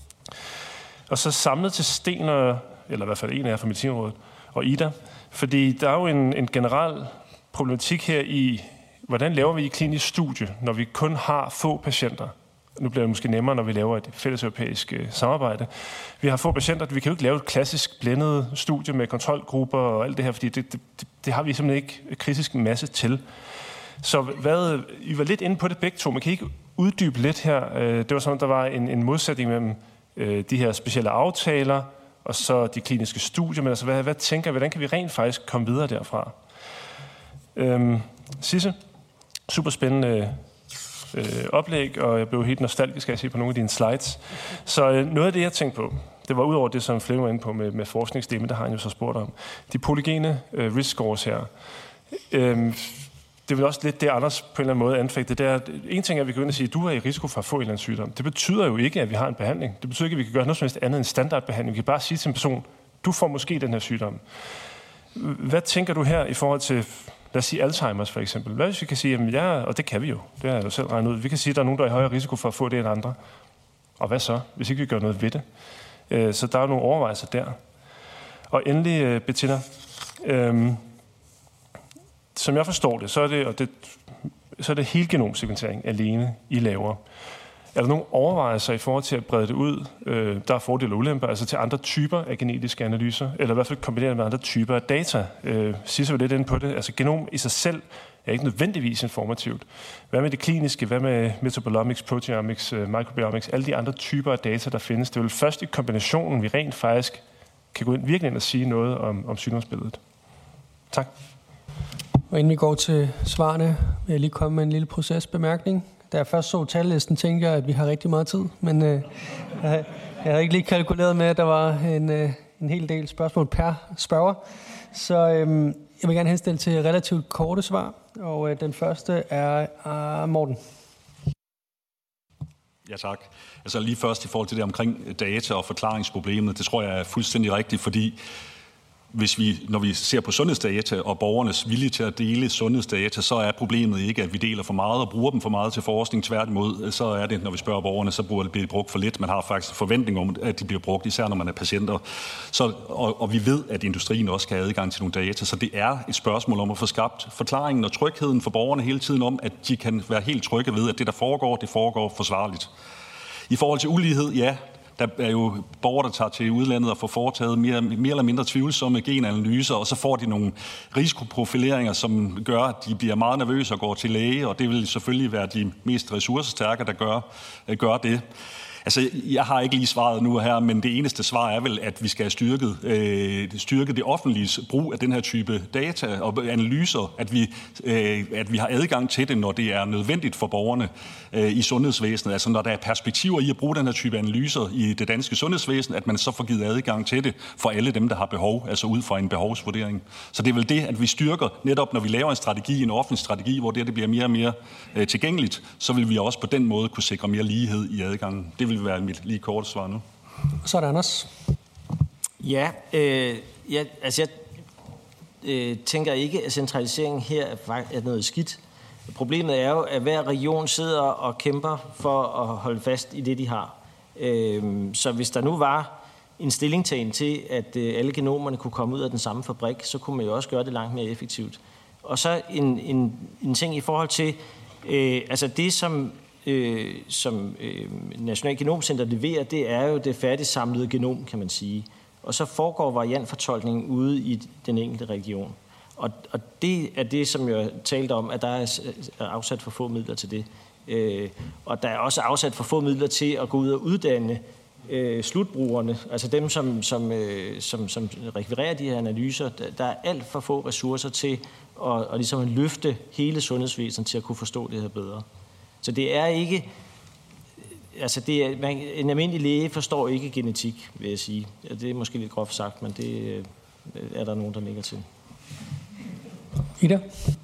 Og så samlet til Sten, og, eller i hvert fald en af jer fra Medicinrådet, og Ida, fordi der er jo en, en generel problematik her i, hvordan laver vi et klinisk studie, når vi kun har få patienter. Nu bliver det måske nemmere, når vi laver et fælles europæisk samarbejde. Vi har få patienter, vi kan jo ikke lave et klassisk blændet studie med kontrolgrupper og alt det her, fordi det, det, det har vi simpelthen ikke kritisk masse til. Så hvad, I var lidt inde på det begge to, man kan ikke uddybe lidt her. Det var sådan, der var en, en modsætning mellem de her specielle aftaler og så de kliniske studier, men altså, hvad, hvad tænker hvordan kan vi rent faktisk komme videre derfra? Øhm, Sisse, super spændende øh, oplæg, og jeg blev helt nostalgisk af at se på nogle af dine slides. Så øh, noget af det, jeg tænkte på, det var ud over det, som Flemming var inde på med, med forskningsdelen, der har han jo så spurgt om. De polygene øh, risk scores her. Øh, det er vel også lidt det, Anders på en eller anden måde anfægter. Det er, en ting er, at vi kan gå ind og sige, at du er i risiko for at få en eller anden sygdom. Det betyder jo ikke, at vi har en behandling. Det betyder ikke, at vi kan gøre noget som helst andet end standardbehandling. Vi kan bare sige til en person, du får måske den her sygdom. Hvad tænker du her i forhold til, lad os sige Alzheimer's for eksempel? Hvad hvis vi kan sige, at ja, og det kan vi jo, det har jeg jo selv regnet ud. Vi kan sige, at der er nogen, der er i højere risiko for at få det end andre. Og hvad så, hvis ikke vi gør noget ved det? Så der er nogle overvejelser der. Og endelig, Bettina, øhm, som jeg forstår det, så er det, og det, så er det helgenomsekventering alene, I laver. Er der nogle overvejelser i forhold til at brede det ud? Øh, der er fordele og ulemper, altså til andre typer af genetiske analyser, eller i hvert fald kombineret med andre typer af data. Øh, Sidst var lidt inde på det. Altså genom i sig selv er ikke nødvendigvis informativt. Hvad med det kliniske? Hvad med metabolomics, proteomics, microbiomics? Alle de andre typer af data, der findes. Det er vel først i kombinationen, vi rent faktisk kan gå ind virkelig ind og sige noget om, om sygdomsbilledet. Tak. Og inden vi går til svarene, vil jeg lige komme med en lille procesbemærkning. Da jeg først så tallisten, tænkte jeg, at vi har rigtig meget tid, men øh, jeg, jeg havde ikke lige kalkuleret med, at der var en, øh, en hel del spørgsmål per spørger. Så øh, jeg vil gerne henstille til relativt korte svar, og øh, den første er øh, Morten. Ja, tak. Altså lige først i forhold til det omkring data og forklaringsproblemet, det tror jeg er fuldstændig rigtigt, fordi hvis vi, når vi ser på sundhedsdata og borgernes vilje til at dele sundhedsdata, så er problemet ikke, at vi deler for meget og bruger dem for meget til forskning. Tværtimod, så er det, når vi spørger borgerne, så bliver det brugt for lidt. Man har faktisk forventning om, at de bliver brugt, især når man er patienter. Så, og, og vi ved, at industrien også skal have adgang til nogle data. Så det er et spørgsmål om at få skabt forklaringen og trygheden for borgerne hele tiden om, at de kan være helt trygge ved, at det, der foregår, det foregår forsvarligt. I forhold til ulighed, ja. Der er jo borgere, der tager til udlandet og får foretaget mere, mere eller mindre tvivlsomme genanalyser, og så får de nogle risikoprofileringer, som gør, at de bliver meget nervøse og går til læge, og det vil selvfølgelig være de mest ressourcestærke, der gør, gør det. Altså, jeg har ikke lige svaret nu her, men det eneste svar er vel, at vi skal have styrket, øh, styrket det offentlige brug af den her type data og analyser, at vi, øh, at vi har adgang til det, når det er nødvendigt for borgerne øh, i sundhedsvæsenet. Altså, når der er perspektiver i at bruge den her type analyser i det danske sundhedsvæsen, at man så får givet adgang til det for alle dem, der har behov, altså ud fra en behovsvurdering. Så det er vel det, at vi styrker, netop når vi laver en strategi, en offentlig strategi, hvor det, det bliver mere og mere øh, tilgængeligt, så vil vi også på den måde kunne sikre mere lighed i adgangen. Det vil være mit lige korte svar nu. Så er det Anders. Ja, øh, ja altså jeg øh, tænker ikke, at centraliseringen her er noget skidt. Problemet er jo, at hver region sidder og kæmper for at holde fast i det, de har. Øh, så hvis der nu var en stillingtagen til, at øh, alle genomerne kunne komme ud af den samme fabrik, så kunne man jo også gøre det langt mere effektivt. Og så en, en, en ting i forhold til, øh, altså det som Øh, som øh, National Genomcenter leverer, det er jo det færdigsamlede genom, kan man sige. Og så foregår variantfortolkningen ude i den enkelte region. Og, og det er det, som jeg talte om, at der er afsat for få midler til det. Øh, og der er også afsat for få midler til at gå ud og uddanne øh, slutbrugerne, altså dem, som, som, øh, som, som rekvirerer de her analyser. Der, der er alt for få ressourcer til at, at ligesom løfte hele sundhedsvæsenet til at kunne forstå det her bedre. Så det er ikke, altså det er, man, en almindelig læge forstår ikke genetik, vil jeg sige. Det er måske lidt groft sagt, men det er der nogen, der nikker til. Ida?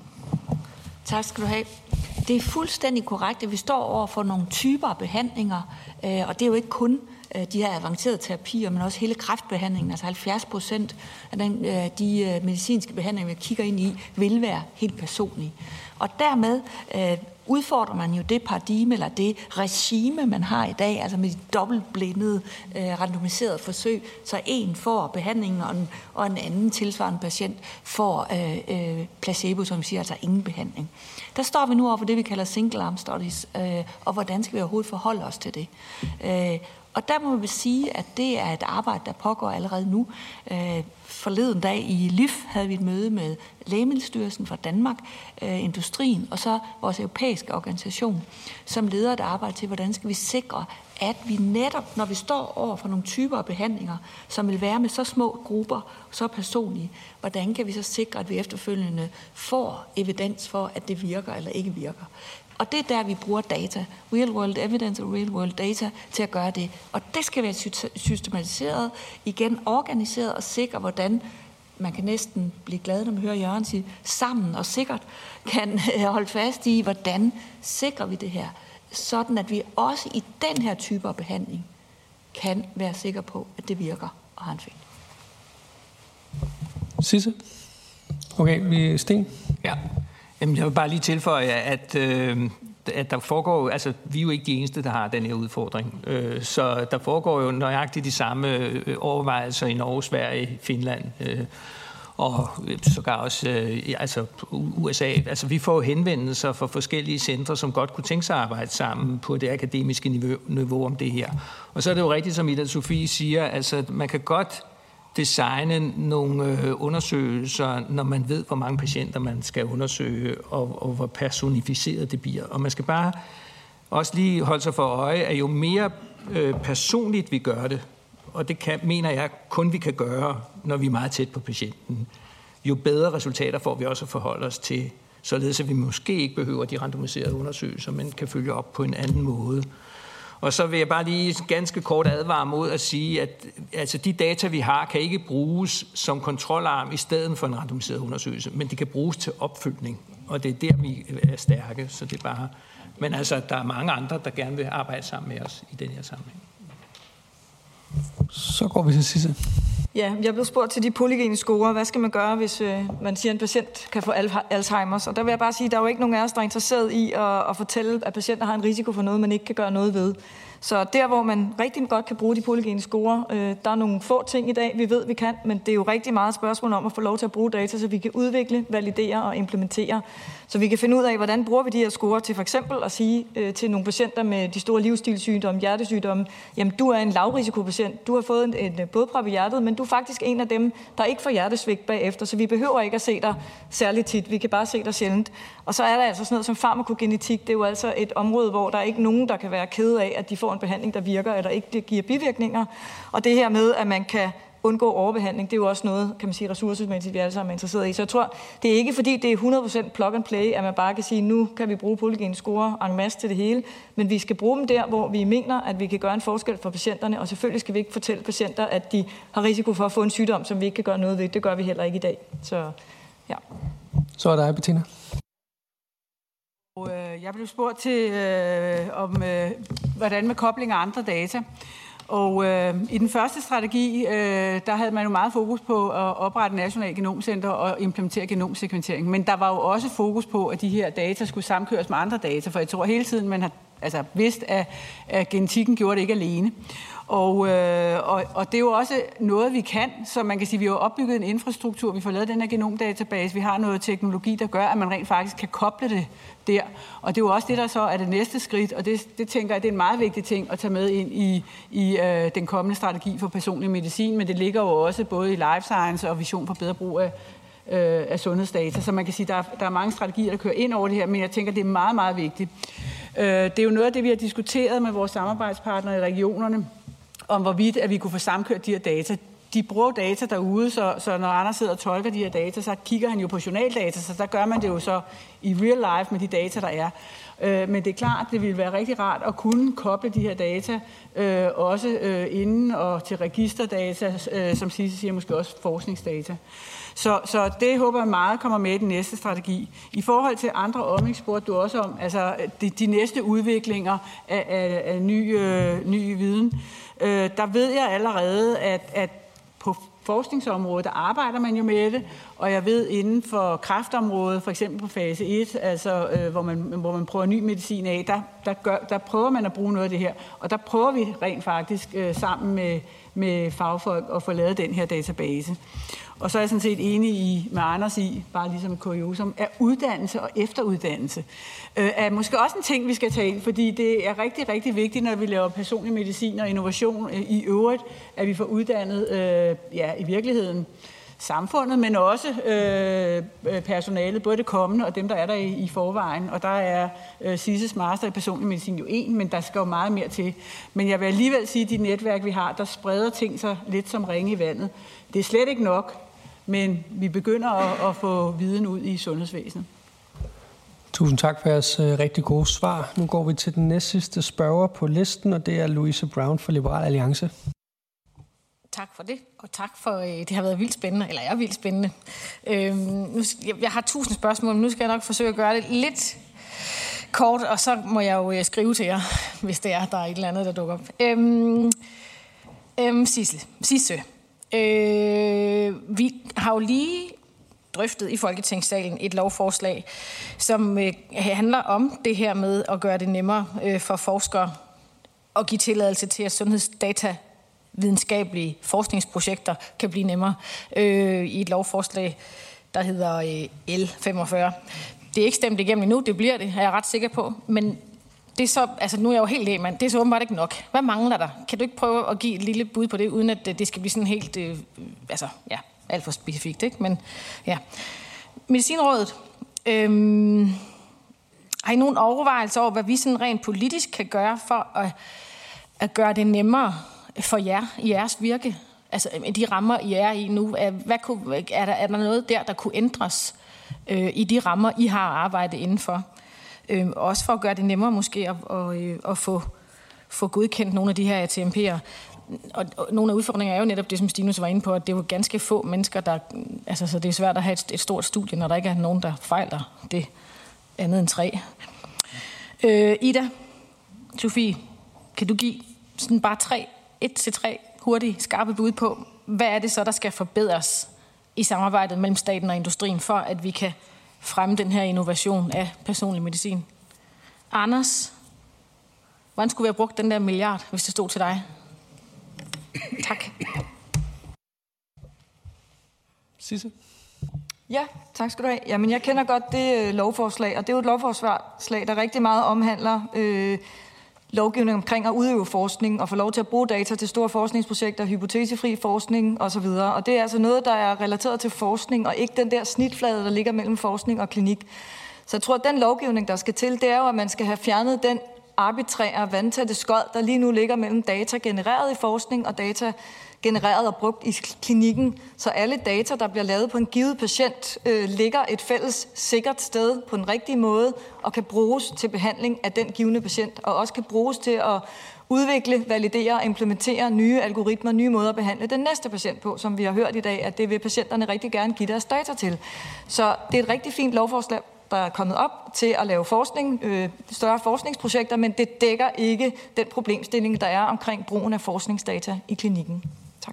Tak skal du have. Det er fuldstændig korrekt, at vi står over for nogle typer af behandlinger, og det er jo ikke kun de her avancerede terapier, men også hele kræftbehandlingen. Altså halvfjerds procent af den, de medicinske behandlinger, vi kigger ind i, vil være helt personlige. Og dermed øh, udfordrer man jo det paradigme, eller det regime, man har i dag, altså med de dobbeltblindede, øh, randomiserede forsøg, så en får behandlingen, og en, og en anden tilsvarende patient får øh, øh, placebo, som siger, altså ingen behandling. Der står vi nu over for det, vi kalder single-arm studies, øh, og hvordan skal vi overhovedet forholde os til det? Øh, Og der må vi sige, at det er et arbejde, der pågår allerede nu. Forleden dag i L I F havde vi et møde med Lægemiddelstyrelsen fra Danmark, industrien og så vores europæiske organisation, som leder et arbejde til, hvordan skal vi sikre, at vi netop, når vi står over for nogle typer af behandlinger, som vil være med så små grupper, så personlige, hvordan kan vi så sikre, at vi efterfølgende får evidens for, at det virker eller ikke virker. Og det er der, vi bruger data, real world evidence og real world data, til at gøre det. Og det skal være systematiseret, igen organiseret og sikre, hvordan man kan næsten blive glad, når man hører Jørgen sige, sammen og sikkert kan holde fast i, hvordan sikrer vi det her, sådan at vi også i den her type af behandling kan være sikre på, at det virker og har en effekt. Sisse? Okay, vi Sten? Ja. Jamen, jeg vil bare lige tilføje, at, øh, at der foregår, altså vi er jo ikke de eneste, der har den her udfordring. Øh, så der foregår jo nøjagtigt de samme øh, overvejelser i Norge, Sverige, Finland øh, og sågar også øh, altså U S A. Altså vi får henvendelser fra forskellige centre, som godt kunne tænke sig at arbejde sammen på det akademiske niveau, niveau om det her. Og så er det jo rigtigt, som Ida Sofie siger, altså man kan godt designe nogle øh, undersøgelser, når man ved, hvor mange patienter man skal undersøge, og, og hvor personificeret det bliver. Og man skal bare også lige holde sig for øje, at jo mere øh, personligt vi gør det, og det kan, mener jeg kun vi kan gøre, når vi er meget tæt på patienten, jo bedre resultater får vi også at forholde os til, således at vi måske ikke behøver de randomiserede undersøgelser, men kan følge op på en anden måde. Og så vil jeg bare lige ganske kort advare mod at sige, at altså, de data, vi har, kan ikke bruges som kontrolarm i stedet for en randomiseret undersøgelse, men de kan bruges til opfølgning, og det er der, vi er stærke. Så det er bare... Men altså, der er mange andre, der gerne vil arbejde sammen med os i den her sammenhæng. Så går vi til Sisse. Ja, jeg blev spurgt til de polygene score. Hvad skal man gøre, hvis øh, man siger, at en patient kan få Alzheimer's? Og der vil jeg bare sige, at der er jo ikke nogen af os, der er interesseret i at, at fortælle, at patienter har en risiko for noget, man ikke kan gøre noget ved. Så der, hvor man rigtig godt kan bruge de polygene score, øh, der er nogle få ting i dag, vi ved, vi kan, men det er jo rigtig meget spørgsmål om at få lov til at bruge data, så vi kan udvikle, validere og implementere. Så vi kan finde ud af, hvordan bruger vi de her score til for eksempel at sige øh, til nogle patienter med de store livsstilssygdomme, hjertesygdomme, jamen du er en lavrisikopatient, du har fået en, en blodprop i hjertet, men du er faktisk en af dem, der ikke får hjertesvigt bagefter, så vi behøver ikke at se dig særligt tit, vi kan bare se dig sjældent. Og så er der altså sådan noget som farmakogenetik, det er jo altså et område, hvor der er ikke nogen, der kan være kede af, at de får en behandling, der virker, eller ikke det giver bivirkninger. Og det her med, at man kan undgå overbehandling, det er jo også noget, kan man sige, ressourcemæssigt, vi alle sammen er interesseret i. Så jeg tror, det er ikke fordi, det er hundrede procent plug and play, at man bare kan sige, nu kan vi bruge polygene score en masse til det hele, men vi skal bruge dem der, hvor vi mener, at vi kan gøre en forskel for patienterne, og selvfølgelig skal vi ikke fortælle patienter, at de har risiko for at få en sygdom, som vi ikke kan gøre noget ved. Det gør vi heller ikke i dag. Så ja. Så er der Bettina. Jeg blev spurgt til, øh, om øh, hvordan med kobling af andre data. Og øh, i den første strategi, øh, der havde man jo meget fokus på at oprette National Genomcenter og implementere genomsekventering. Men der var jo også fokus på, at de her data skulle samkøres med andre data, for jeg tror hele tiden, man har altså, vidst, at, at genetikken gjorde det ikke alene. Og, øh, og, og det er jo også noget, vi kan, så man kan sige, vi har opbygget en infrastruktur, vi får lavet den her genomdatabase, vi har noget teknologi, der gør, at man rent faktisk kan koble det der. Og det er jo også det, der så er det næste skridt, og det, det tænker jeg, det er en meget vigtig ting at tage med ind i, i øh, den kommende strategi for personlig medicin, men det ligger jo også både i life science og vision for bedre brug af, øh, af sundhedsdata. Så man kan sige, der er, der er mange strategier, der kører ind over det her, men jeg tænker, det er meget, meget vigtigt. Øh, det er jo noget af det, vi har diskuteret med vores samarbejdspartnere i regionerne, om hvorvidt, at vi kunne få samkørt de her data. De bruger data derude, så, så når Anders sidder og tolker de her data, så kigger han jo på journaldata, så der gør man det jo så i real life med de data, der er. Øh, men det er klart, det ville være rigtig rart at kunne koble de her data, øh, også øh, inden og til registerdata, øh, som Sisse siger, måske også forskningsdata. Så, så det håber jeg meget kommer med i den næste strategi. I forhold til andre områder spurgte du også om, altså de, de næste udviklinger af, af, af ny, øh, ny viden. Øh, der ved jeg allerede, at, at på forskningsområdet, der arbejder man jo med det, og jeg ved inden for kræftområdet, for eksempel på fase et, altså øh, hvor, man, hvor man prøver ny medicin af, der, der, gør, der prøver man at bruge noget af det her, og der prøver vi rent faktisk øh, sammen med, med fagfolk at få lavet den her database. Og så er jeg sådan set enig i, med Anders i, bare ligesom et kuriosum, at uddannelse og efteruddannelse øh, er måske også en ting, vi skal tage ind, fordi det er rigtig, rigtig vigtigt, når vi laver personlig medicin og innovation øh, i øvrigt, at vi får uddannet, øh, ja, i virkeligheden samfundet, men også øh, personalet, både det kommende og dem, der er der i, i forvejen. Og der er øh, S I S E's master i personlig medicin jo en, men der skal jo meget mere til. Men jeg vil alligevel sige, at de netværk, vi har, der spreder ting sig lidt som ringe i vandet. Det er slet ikke nok, men vi begynder at, at få viden ud i sundhedsvæsenet. Tusind tak for jeres øh, rigtig gode svar. Nu går vi til den næstsidste spørger på listen, og det er Louise Brown fra Liberal Alliance. Tak for det, og tak for, øh, det har været vildt spændende, eller er vildt spændende. Øhm, nu, jeg, jeg har tusind spørgsmål, men nu skal jeg nok forsøge at gøre det lidt kort, og så må jeg jo øh, skrive til jer, hvis det er, der er et eller andet, der dukker op. Øhm, øhm, Sissel, Sissø, øh, vi har jo lige drøftet i Folketingssalen et lovforslag, som øh, handler om det her med at gøre det nemmere øh, for forskere at give tilladelse til, at sundhedsdata videnskabelige forskningsprojekter kan blive nemmere øh, i et lovforslag, der hedder øh, L femogfyrre. Det er ikke stemt igennem endnu, det bliver det, er jeg ret sikker på, men det er så, altså nu er jeg jo helt lægmand, det er så åbenbart ikke nok. Hvad mangler der? Kan du ikke prøve at give et lille bud på det, uden at det skal blive sådan helt, øh, altså ja, alt for specifikt, ikke? Men ja. Medicinrådet, øh, har I nogen overvejelser over, hvad vi sådan rent politisk kan gøre for at, at gøre det nemmere for jer i jeres virke? Altså de rammer, I er i nu. Hvad kunne, er, der, er der noget der, der kunne ændres øh, i de rammer, I har arbejdet indenfor? Øh, også for at gøre det nemmere måske at, at, at få, få godkendt nogle af de her A T M P'er. Og, og nogle af udfordringerne er jo netop det, som Stinus var inde på, at det er jo ganske få mennesker, der... Altså, så det er svært at have et, et stort studie, når der ikke er nogen, der fejler det andet end tre. Øh, Ida, Sofie, kan du give sådan bare tre, et til tre hurtige, skarpe bud på, hvad er det så, der skal forbedres i samarbejdet mellem staten og industrien, for at vi kan fremme den her innovation af personlig medicin? Anders, hvordan skulle vi have brugt den der milliard, hvis det stod til dig? Tak. Sisse? Ja, tak skal du have. Jamen, jeg kender godt det øh, lovforslag, og det er jo et lovforslag, der rigtig meget omhandler øh, lovgivning omkring at udøve forskning og få lov til at bruge data til store forskningsprojekter, hypotesefri forskning osv. Og det er altså noget, der er relateret til forskning, og ikke den der snitflade, der ligger mellem forskning og klinik. Så jeg tror, at den lovgivning, der skal til, det er jo, at man skal have fjernet den arbitrære, vandtætte skod, der lige nu ligger mellem data genereret i forskning og data genereret og brugt i klinikken, så alle data, der bliver lavet på en givet patient, øh, ligger et fælles sikkert sted på den rigtige måde og kan bruges til behandling af den givne patient, og også kan bruges til at udvikle, validere og implementere nye algoritmer, nye måder at behandle den næste patient på, som vi har hørt i dag, at det vil patienterne rigtig gerne give deres data til. Så det er et rigtig fint lovforslag, der er kommet op til at lave forskning, øh, større forskningsprojekter, men det dækker ikke den problemstilling, der er omkring brugen af forskningsdata i klinikken. Tak.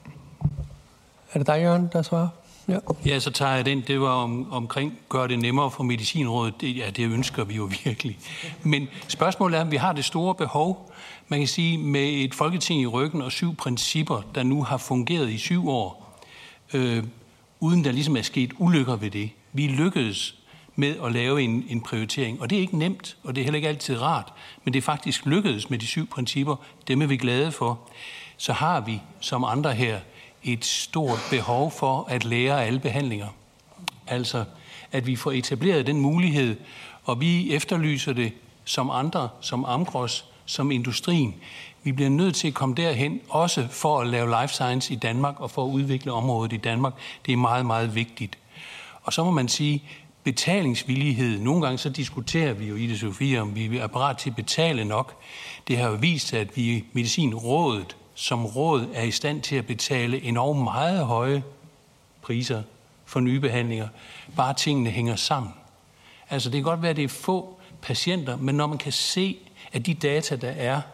Er det dig, Jørgen, der svarer? Ja. Ja, så tager jeg den. Det var om, omkring, gør det nemmere for Medicinrådet. Det, ja, det ønsker vi jo virkelig. Men spørgsmålet er, om vi har det store behov. Man kan sige, med et folketing i ryggen og syv principper, der nu har fungeret i syv år, øh, uden der ligesom er sket ulykker ved det. Vi lykkedes med at lave en, en prioritering. Og det er ikke nemt, og det er heller ikke altid rart, men det er faktisk lykkedes med de syv principper. Dem er vi glade for. Så har vi, som andre her, et stort behov for at lære alle behandlinger. Altså, at vi får etableret den mulighed, og vi efterlyser det som andre, som Amgros, som industrien. Vi bliver nødt til at komme derhen, også for at lave life science i Danmark, og for at udvikle området i Danmark. Det er meget, meget vigtigt. Og så må man sige, betalingsvillighed. Nogle gange så diskuterer vi jo i det, Sofie, om vi er parat til at betale nok. Det har jo vist, at vi i Medicinrådet som råd er i stand til at betale enormt meget høje priser for nye behandlinger. Bare tingene hænger sammen. Altså det kan godt være, at det er få patienter, men når man kan se, at de data, der er,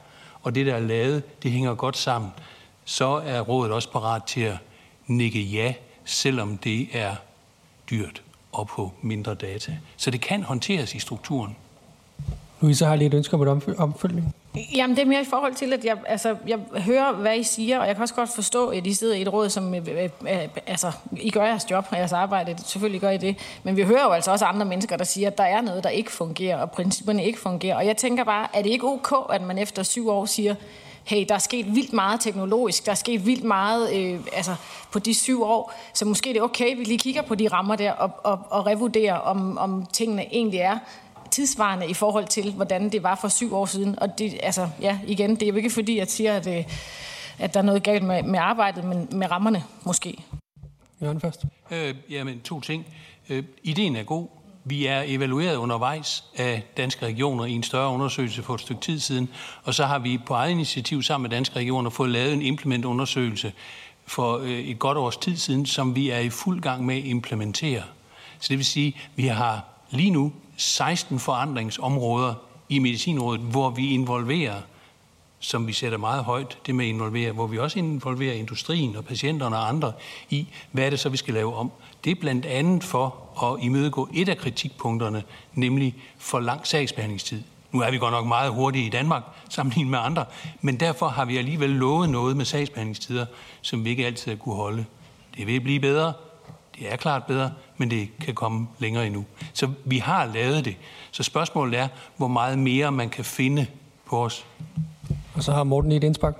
og det, der er lavet, det hænger godt sammen, så er rådet også parat til at nikke ja, selvom det er dyrt og på mindre data. Så det kan håndteres i strukturen. Louise har lige et ønske om et opfølgning. Jamen, det er mere i forhold til, at jeg, altså, jeg hører, hvad I siger, og jeg kan også godt forstå, at I sidder i et råd, som øh, øh, altså, I gør jeres job og jeres arbejde. Selvfølgelig gør I det. Men vi hører jo altså også andre mennesker, der siger, at der er noget, der ikke fungerer, og principperne ikke fungerer. Og jeg tænker bare, er det ikke ok, at man efter syv år siger, hey, der er sket vildt meget teknologisk, der er sket vildt meget øh, altså, på de syv år, så måske det er okay, at vi lige kigger på de rammer der og, og, og revurderer, om, om tingene egentlig er tidsvarende i forhold til, hvordan det var for syv år siden. Og det, altså, ja, igen, det er jo ikke fordi, jeg siger, at, at der er noget galt med, med arbejdet, men med rammerne måske. Jørgen først. Øh, jamen, to ting. Øh, ideen er god. Vi er evalueret undervejs af Danske Regioner i en større undersøgelse for et stykke tid siden, og så har vi på eget initiativ sammen med Danske Regioner fået lavet en implementundersøgelse for øh, et godt års tid siden, som vi er i fuld gang med at implementere. Så det vil sige, at vi har lige nu seksten forandringsområder i Medicinrådet, hvor vi involverer, som vi sætter meget højt, det med at involvere, hvor vi også involverer industrien og patienterne og andre i, hvad er det så, vi skal lave om. Det er blandt andet for at imødegå et af kritikpunkterne, nemlig for lang sagsbehandlingstid. Nu er vi godt nok meget hurtige i Danmark, sammenlignet med andre, men derfor har vi alligevel lovet noget med sagsbehandlingstider, som vi ikke altid har kunne holde. Det vil blive bedre. Det er klart bedre, men det kan komme længere endnu. Så vi har lavet det. Så spørgsmålet er, hvor meget mere man kan finde på os. Og så har Morten et indspark.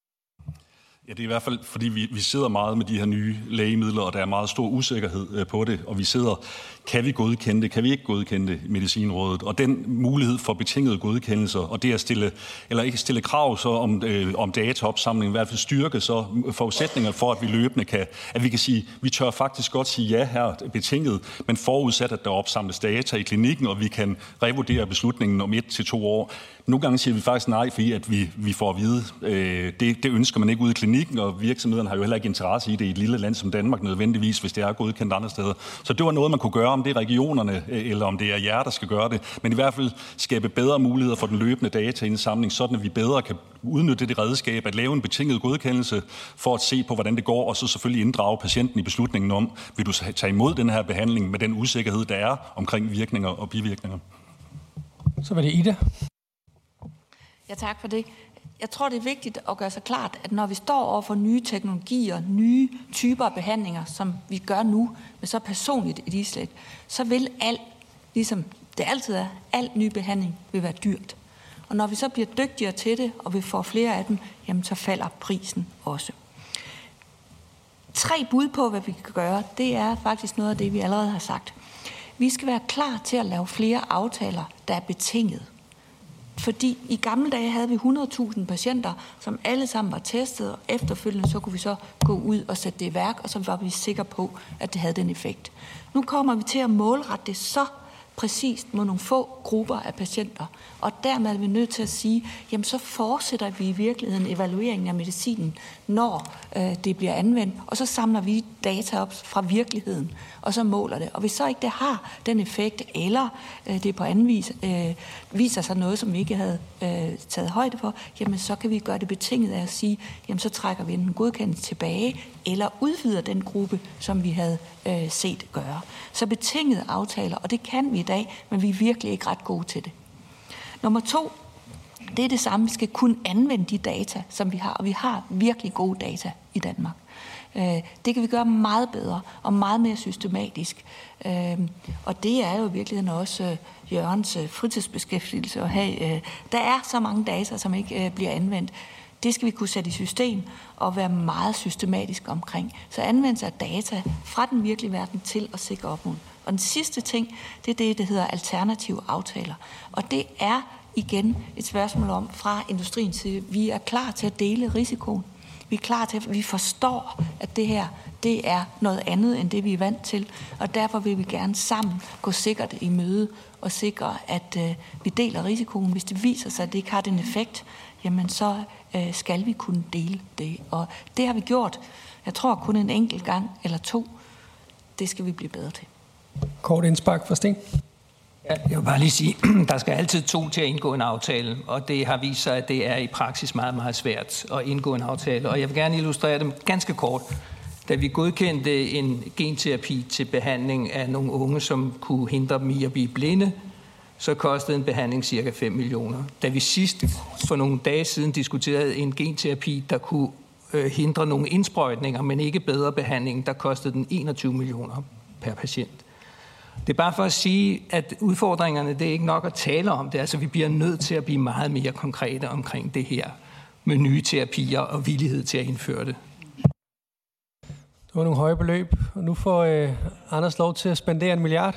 Ja, det er i hvert fald, fordi vi, vi sidder meget med de her nye lægemidler, og der er meget stor usikkerhed øh, på det, og vi sidder, kan vi godkende det, kan vi ikke godkende det i Medicinrådet, og den mulighed for betingede godkendelser, og det at stille, eller ikke stille krav så om, øh, om dataopsamling, i hvert fald styrke så forudsætninger for, at vi løbende kan, at vi kan sige, vi tør faktisk godt sige ja her betinget, men forudsat, at der opsamles data i klinikken, og vi kan revurdere beslutningen om et til to år. Nogle gange siger vi faktisk nej, fordi at vi, vi får at vide, øh, det, det ønsker man ikke ude i klinikken, og virksomhederne har jo heller ikke interesse i det i et lille land som Danmark nødvendigvis, hvis det er godkendt andre steder. Så det var noget, man kunne gøre, om det er regionerne, eller om det er jer, der skal gøre det. Men i hvert fald skabe bedre muligheder for den løbende dataindsamling, sådan at vi bedre kan udnytte det redskab, at lave en betinget godkendelse for at se på, hvordan det går, og så selvfølgelig inddrage patienten i beslutningen om, vil du tage imod den her behandling med den usikkerhed, der er omkring virkninger og bivirkninger. Så var det Ida. Ja, tak for det. Jeg tror, det er vigtigt at gøre sig klart, at når vi står over for nye teknologier, nye typer af behandlinger, som vi gør nu, med så personligt et islæt, så vil alt, ligesom det altid er, alt ny behandling vil være dyrt. Og når vi så bliver dygtigere til det, og vi får flere af dem, jamen så falder prisen også. Tre bud på, hvad vi kan gøre, det er faktisk noget af det, vi allerede har sagt. Vi skal være klar til at lave flere aftaler, der er betinget. Fordi i gamle dage havde vi hundrede tusind patienter, som alle sammen var testet, og efterfølgende så kunne vi så gå ud og sætte det i værk, og så var vi sikre på, at det havde den effekt. Nu kommer vi til at målrette det så præcist mod nogle få grupper af patienter, og dermed er vi nødt til at sige, jamen så fortsætter vi i virkeligheden evalueringen af medicinen, når øh, det bliver anvendt, og så samler vi data op fra virkeligheden, og så måler det. Og hvis så ikke det har den effekt, eller øh, det på anden vis øh, viser sig noget, som vi ikke havde øh, taget højde for, jamen så kan vi gøre det betinget af at sige, jamen så trækker vi enten godkendelse tilbage, eller udvider den gruppe, som vi havde øh, set gøre. Så betingede aftaler, og det kan vi i dag, men vi er virkelig ikke ret gode til det. Nummer to, det er det samme. Vi skal kunne anvende de data, som vi har, og vi har virkelig gode data i Danmark. Det kan vi gøre meget bedre og meget mere systematisk. Og det er jo i virkeligheden også Jørgens fritidsbeskæftigelse at have. Der er så mange data, som ikke bliver anvendt. Det skal vi kunne sætte i system og være meget systematisk omkring. Så anvendelse af data fra den virkelige verden til at sikre opmål. Og den sidste ting, det er det, der hedder alternative aftaler. Og det er igen et spørgsmål om fra industriens side. Vi er klar til at dele risikoen. Vi er klar til, at vi forstår, at det her, det er noget andet, end det vi er vant til. Og derfor vil vi gerne sammen gå sikkert i møde og sikre, at øh, vi deler risikoen. Hvis det viser sig, at det ikke har den effekt, jamen så øh, skal vi kunne dele det. Og det har vi gjort, jeg tror kun en enkelt gang eller to. Det skal vi blive bedre til. Kort indspark fra Sten. Ja, jeg vil bare lige sige, der skal altid to til at indgå en aftale, og det har vist sig, at det er i praksis meget, meget svært at indgå en aftale. Og jeg vil gerne illustrere det ganske kort. Da vi godkendte en genterapi til behandling af nogle unge, som kunne hindre dem i at blive blinde, så kostede en behandling cirka fem millioner. Da vi sidst for nogle dage siden diskuterede en genterapi, der kunne øh, hindre nogle indsprøjtninger, men ikke bedre behandling, der kostede den enogtyve millioner per patient. Det er bare for at sige, at udfordringerne, det er ikke nok at tale om det. Altså, vi bliver nødt til at blive meget mere konkrete omkring det her med nye terapier og villighed til at indføre det. Det var nogle høje beløb, og nu får øh, Anders lov til at spendere en milliard.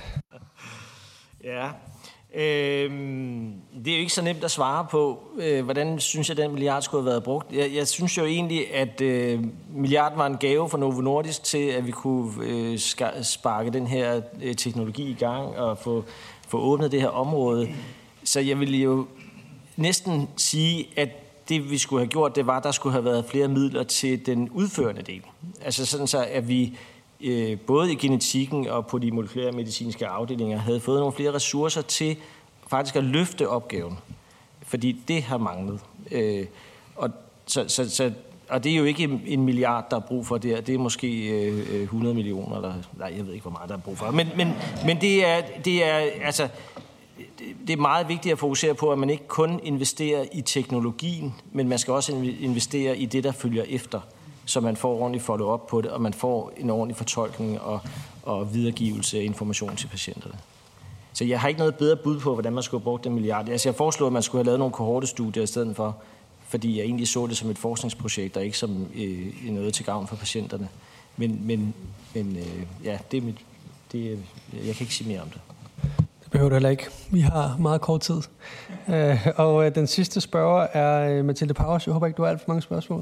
Ja, øh, det er jo ikke så nemt at svare på, øh, hvordan synes jeg, den milliard skulle have været brugt. Jeg, jeg synes jo egentlig, at øh, milliarden var en gave for Novo Nordisk til, at vi kunne øh, sparke den her øh, teknologi i gang og få, få åbnet det her område. Så jeg vil jo næsten sige, at det vi skulle have gjort, det var, at der skulle have været flere midler til den udførende del. Altså sådan så, at vi øh, både i genetikken og på de molekylære medicinske afdelinger havde fået nogle flere ressourcer til faktisk at løfte opgaven. Fordi det har manglet. Øh, og, så, så, så, og det er jo ikke en milliard, der er brug for der. Det er måske øh, hundrede millioner, eller nej, jeg ved ikke, hvor meget der er brug for. Men, men, men det er, det er altså... Det er meget vigtigt at fokusere på, at man ikke kun investerer i teknologien, men man skal også investere i det, der følger efter, så man får ordentligt follow op på det, og man får en ordentlig fortolkning og, og videregivelse af information til patienterne. Så jeg har ikke noget bedre bud på, hvordan man skulle have brugt den milliard. Altså jeg foreslår, at man skulle have lavet nogle kohortestudier i stedet for, fordi jeg egentlig så det som et forskningsprojekt, og ikke som øh, noget til gavn for patienterne. Men, men, men øh, ja, det er mit, det, jeg kan ikke sige mere om det. Det behøver du heller ikke. Vi har meget kort tid. Uh, og uh, den sidste spørger er uh, Mathilde Powers. Jeg håber ikke, du har alt for mange spørgsmål.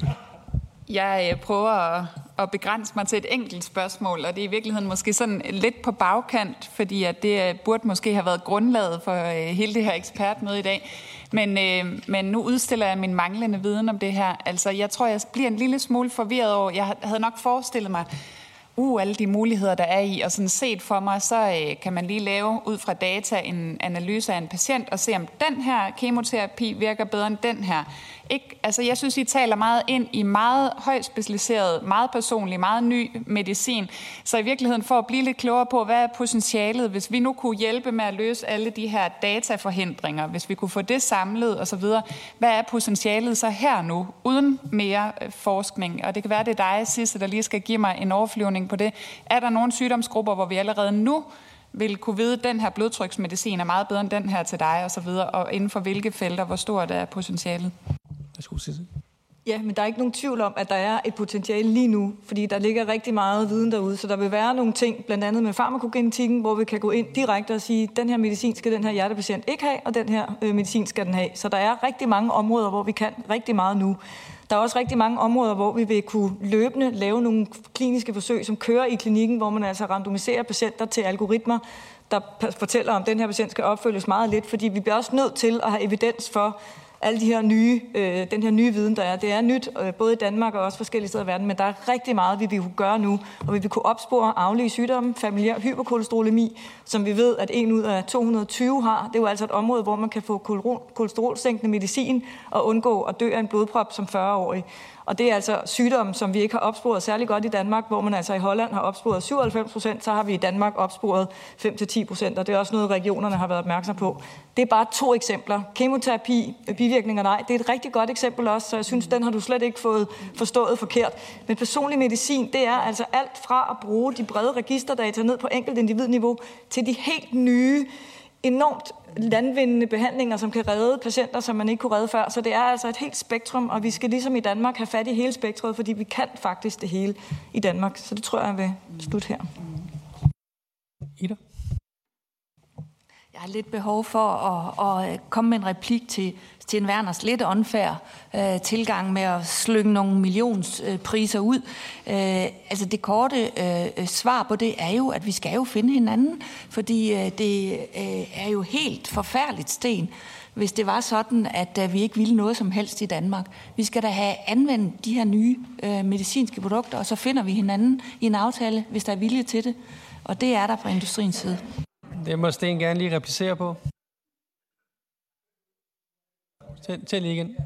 Jeg prøver at, at begrænse mig til et enkelt spørgsmål, og det er i virkeligheden måske sådan lidt på bagkant, fordi at det burde måske have været grundlaget for uh, hele det her ekspertmøde i dag. Men, uh, men nu udstiller jeg min manglende viden om det her. Altså, jeg tror, jeg bliver en lille smule forvirret over. Jeg havde nok forestillet mig, uh, alle de muligheder, der er i, og sådan set for mig, så øh, kan man lige lave ud fra data en analyse af en patient, og se, om den her kemoterapi virker bedre end den her. Ikke? Altså, jeg synes, I taler meget ind i meget højt specialiseret, meget personlig, meget ny medicin. Så i virkeligheden for at blive lidt klogere på, hvad er potentialet, hvis vi nu kunne hjælpe med at løse alle de her dataforhindringer, hvis vi kunne få det samlet osv., hvad er potentialet så her nu, uden mere forskning? Og det kan være, det er dig, Sisse, der lige skal give mig en overflyvning på det. Er der nogle sygdomsgrupper, hvor vi allerede nu vil kunne vide, at den her blodtryksmedicin er meget bedre end den her til dig og så videre, og inden for hvilke felter, hvor stort er potentialet? Ja, men der er ikke nogen tvivl om, at der er et potentiale lige nu, fordi der ligger rigtig meget viden derude, så der vil være nogle ting, blandt andet med farmakogenetikken, hvor vi kan gå ind direkte og sige, den her medicin skal den her hjertepatient ikke have, og den her øh, medicin skal den have. Så der er rigtig mange områder, hvor vi kan rigtig meget nu. Der er også rigtig mange områder, hvor vi vil kunne løbende lave nogle kliniske forsøg, som kører i klinikken, hvor man altså randomiserer patienter til algoritmer, der fortæller, om den her patient skal opfølges meget lidt, fordi vi bliver også nødt til at have evidens for alle de her nye, øh, den her nye viden, der er. Det er nyt, øh, både i Danmark og også forskellige steder i verden, men der er rigtig meget, vi vil kunne gøre nu, og vi vil kunne opspore arvelige sygdomme, familiær hyperkolesterolemi, som vi ved, at en ud af to hundrede og tyve har. Det er jo altså et område, hvor man kan få kolesterolsænkende medicin og undgå at dø af en blodprop som fyrre-årig. Og det er altså sygdomme, som vi ikke har opsporet særlig godt i Danmark, hvor man altså i Holland har opsporet syvoghalvfems procent, så har vi i Danmark opsporet fem til ti procent, og det er også noget, regionerne har været opmærksom på. Det er bare to eksempler. Kemoterapi, bivirkninger, nej, det er et rigtig godt eksempel også, så jeg synes, den har du slet ikke fået forstået forkert. Men personlig medicin, det er altså alt fra at bruge de brede registerdata ned på enkelt individniveau til de helt nye, enormt landvindende behandlinger, som kan redde patienter, som man ikke kunne redde før. Så det er altså et helt spektrum, og vi skal ligesom i Danmark have fat i hele spektret, fordi vi kan faktisk det hele i Danmark. Så det tror jeg vil slutte her. Ida? Jeg har lidt behov for at, at komme med en replik til, til en Werners lidt unfair øh, tilgang med at slynge nogle millionspriser øh, ud. Øh, altså det korte øh, svar på det er jo, at vi skal jo finde hinanden, fordi øh, det øh, er jo helt forfærdeligt sten, hvis det var sådan, at øh, vi ikke ville noget som helst i Danmark. Vi skal da have anvendt de her nye øh, medicinske produkter, og så finder vi hinanden i en aftale, hvis der er vilje til det. Og det er der fra industriens side. Det må Sten gerne lige replicere på. Tæl, tæl igen.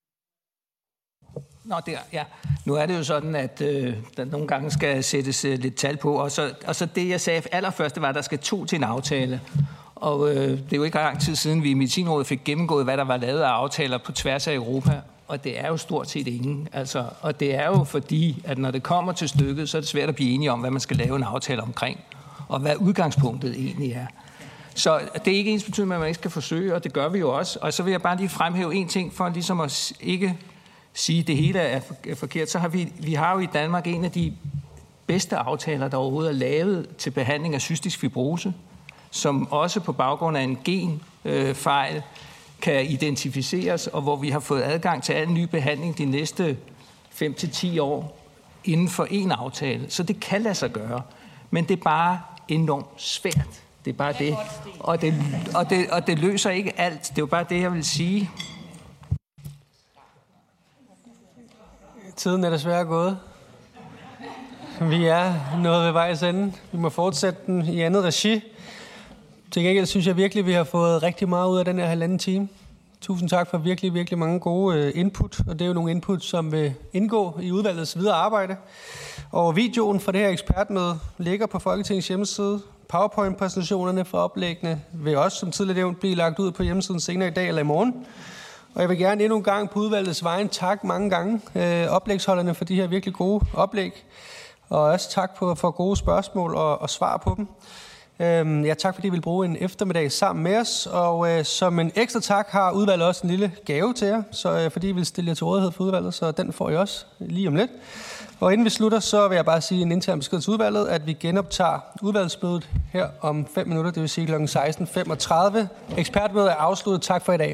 Nå, det er, ja. Nu er det jo sådan, at øh, der nogle gange skal sættes øh, lidt tal på, og så, og så det, jeg sagde allerførst, det var, at der skal to til en aftale. Og øh, det er jo ikke lang tid siden, vi i Medicinrådet fik gennemgået, hvad der var lavet af aftaler på tværs af Europa, og det er jo stort set ingen. Altså, og det er jo fordi, at når det kommer til stykket, så er det svært at blive enige om, hvad man skal lave en aftale omkring, og hvad udgangspunktet egentlig er. Så det er ikke ens betydning, at man ikke skal forsøge, og det gør vi jo også. Og så vil jeg bare lige fremhæve en ting, for ligesom at ikke sige, at det hele er forkert. Så har vi, vi har jo i Danmark en af de bedste aftaler, der overhovedet er lavet til behandling af cystisk fibrose, som også på baggrund af en genfejl øh, kan identificeres, og hvor vi har fået adgang til al ny behandling de næste fem til ti år inden for en aftale. Så det kan lade sig gøre, men det er bare enormt svært. Det er bare det. Og det, og det, og det løser ikke alt. Det er jo bare det, jeg vil sige. Tiden er desværre gået. Vi er nået ved vejs ende. Vi må fortsætte den i andet regi. Til gengæld synes jeg virkelig, vi har fået rigtig meget ud af den her halvanden time. Tusind tak for virkelig, virkelig mange gode input. Og det er jo nogle input, som vil indgå i udvalgets videre arbejde. Og videoen fra det her ekspertmøde ligger på Folketingets hjemmeside. PowerPoint-præsentationerne fra oplæggene vil også, som tidligere nævnt, blive lagt ud på hjemmesiden senere i dag eller i morgen. Og jeg vil gerne endnu en gang på udvalgets vejen takke mange gange øh, oplægsholderne for de her virkelig gode oplæg. Og også tak på, for gode spørgsmål og, og svar på dem. Øhm, ja, tak fordi I vil bruge en eftermiddag sammen med os. Og øh, som en ekstra tak har udvalget også en lille gave til jer, så øh, fordi I vil stille jer til rådighed for udvalget, så den får I også lige om lidt. Og inden vi slutter, så vil jeg bare sige en intern besked til udvalget, at vi genoptager udvalgsmødet her om fem minutter, det vil sige klokken seksten femogtredive. Ekspertmødet er afsluttet. Tak for i dag.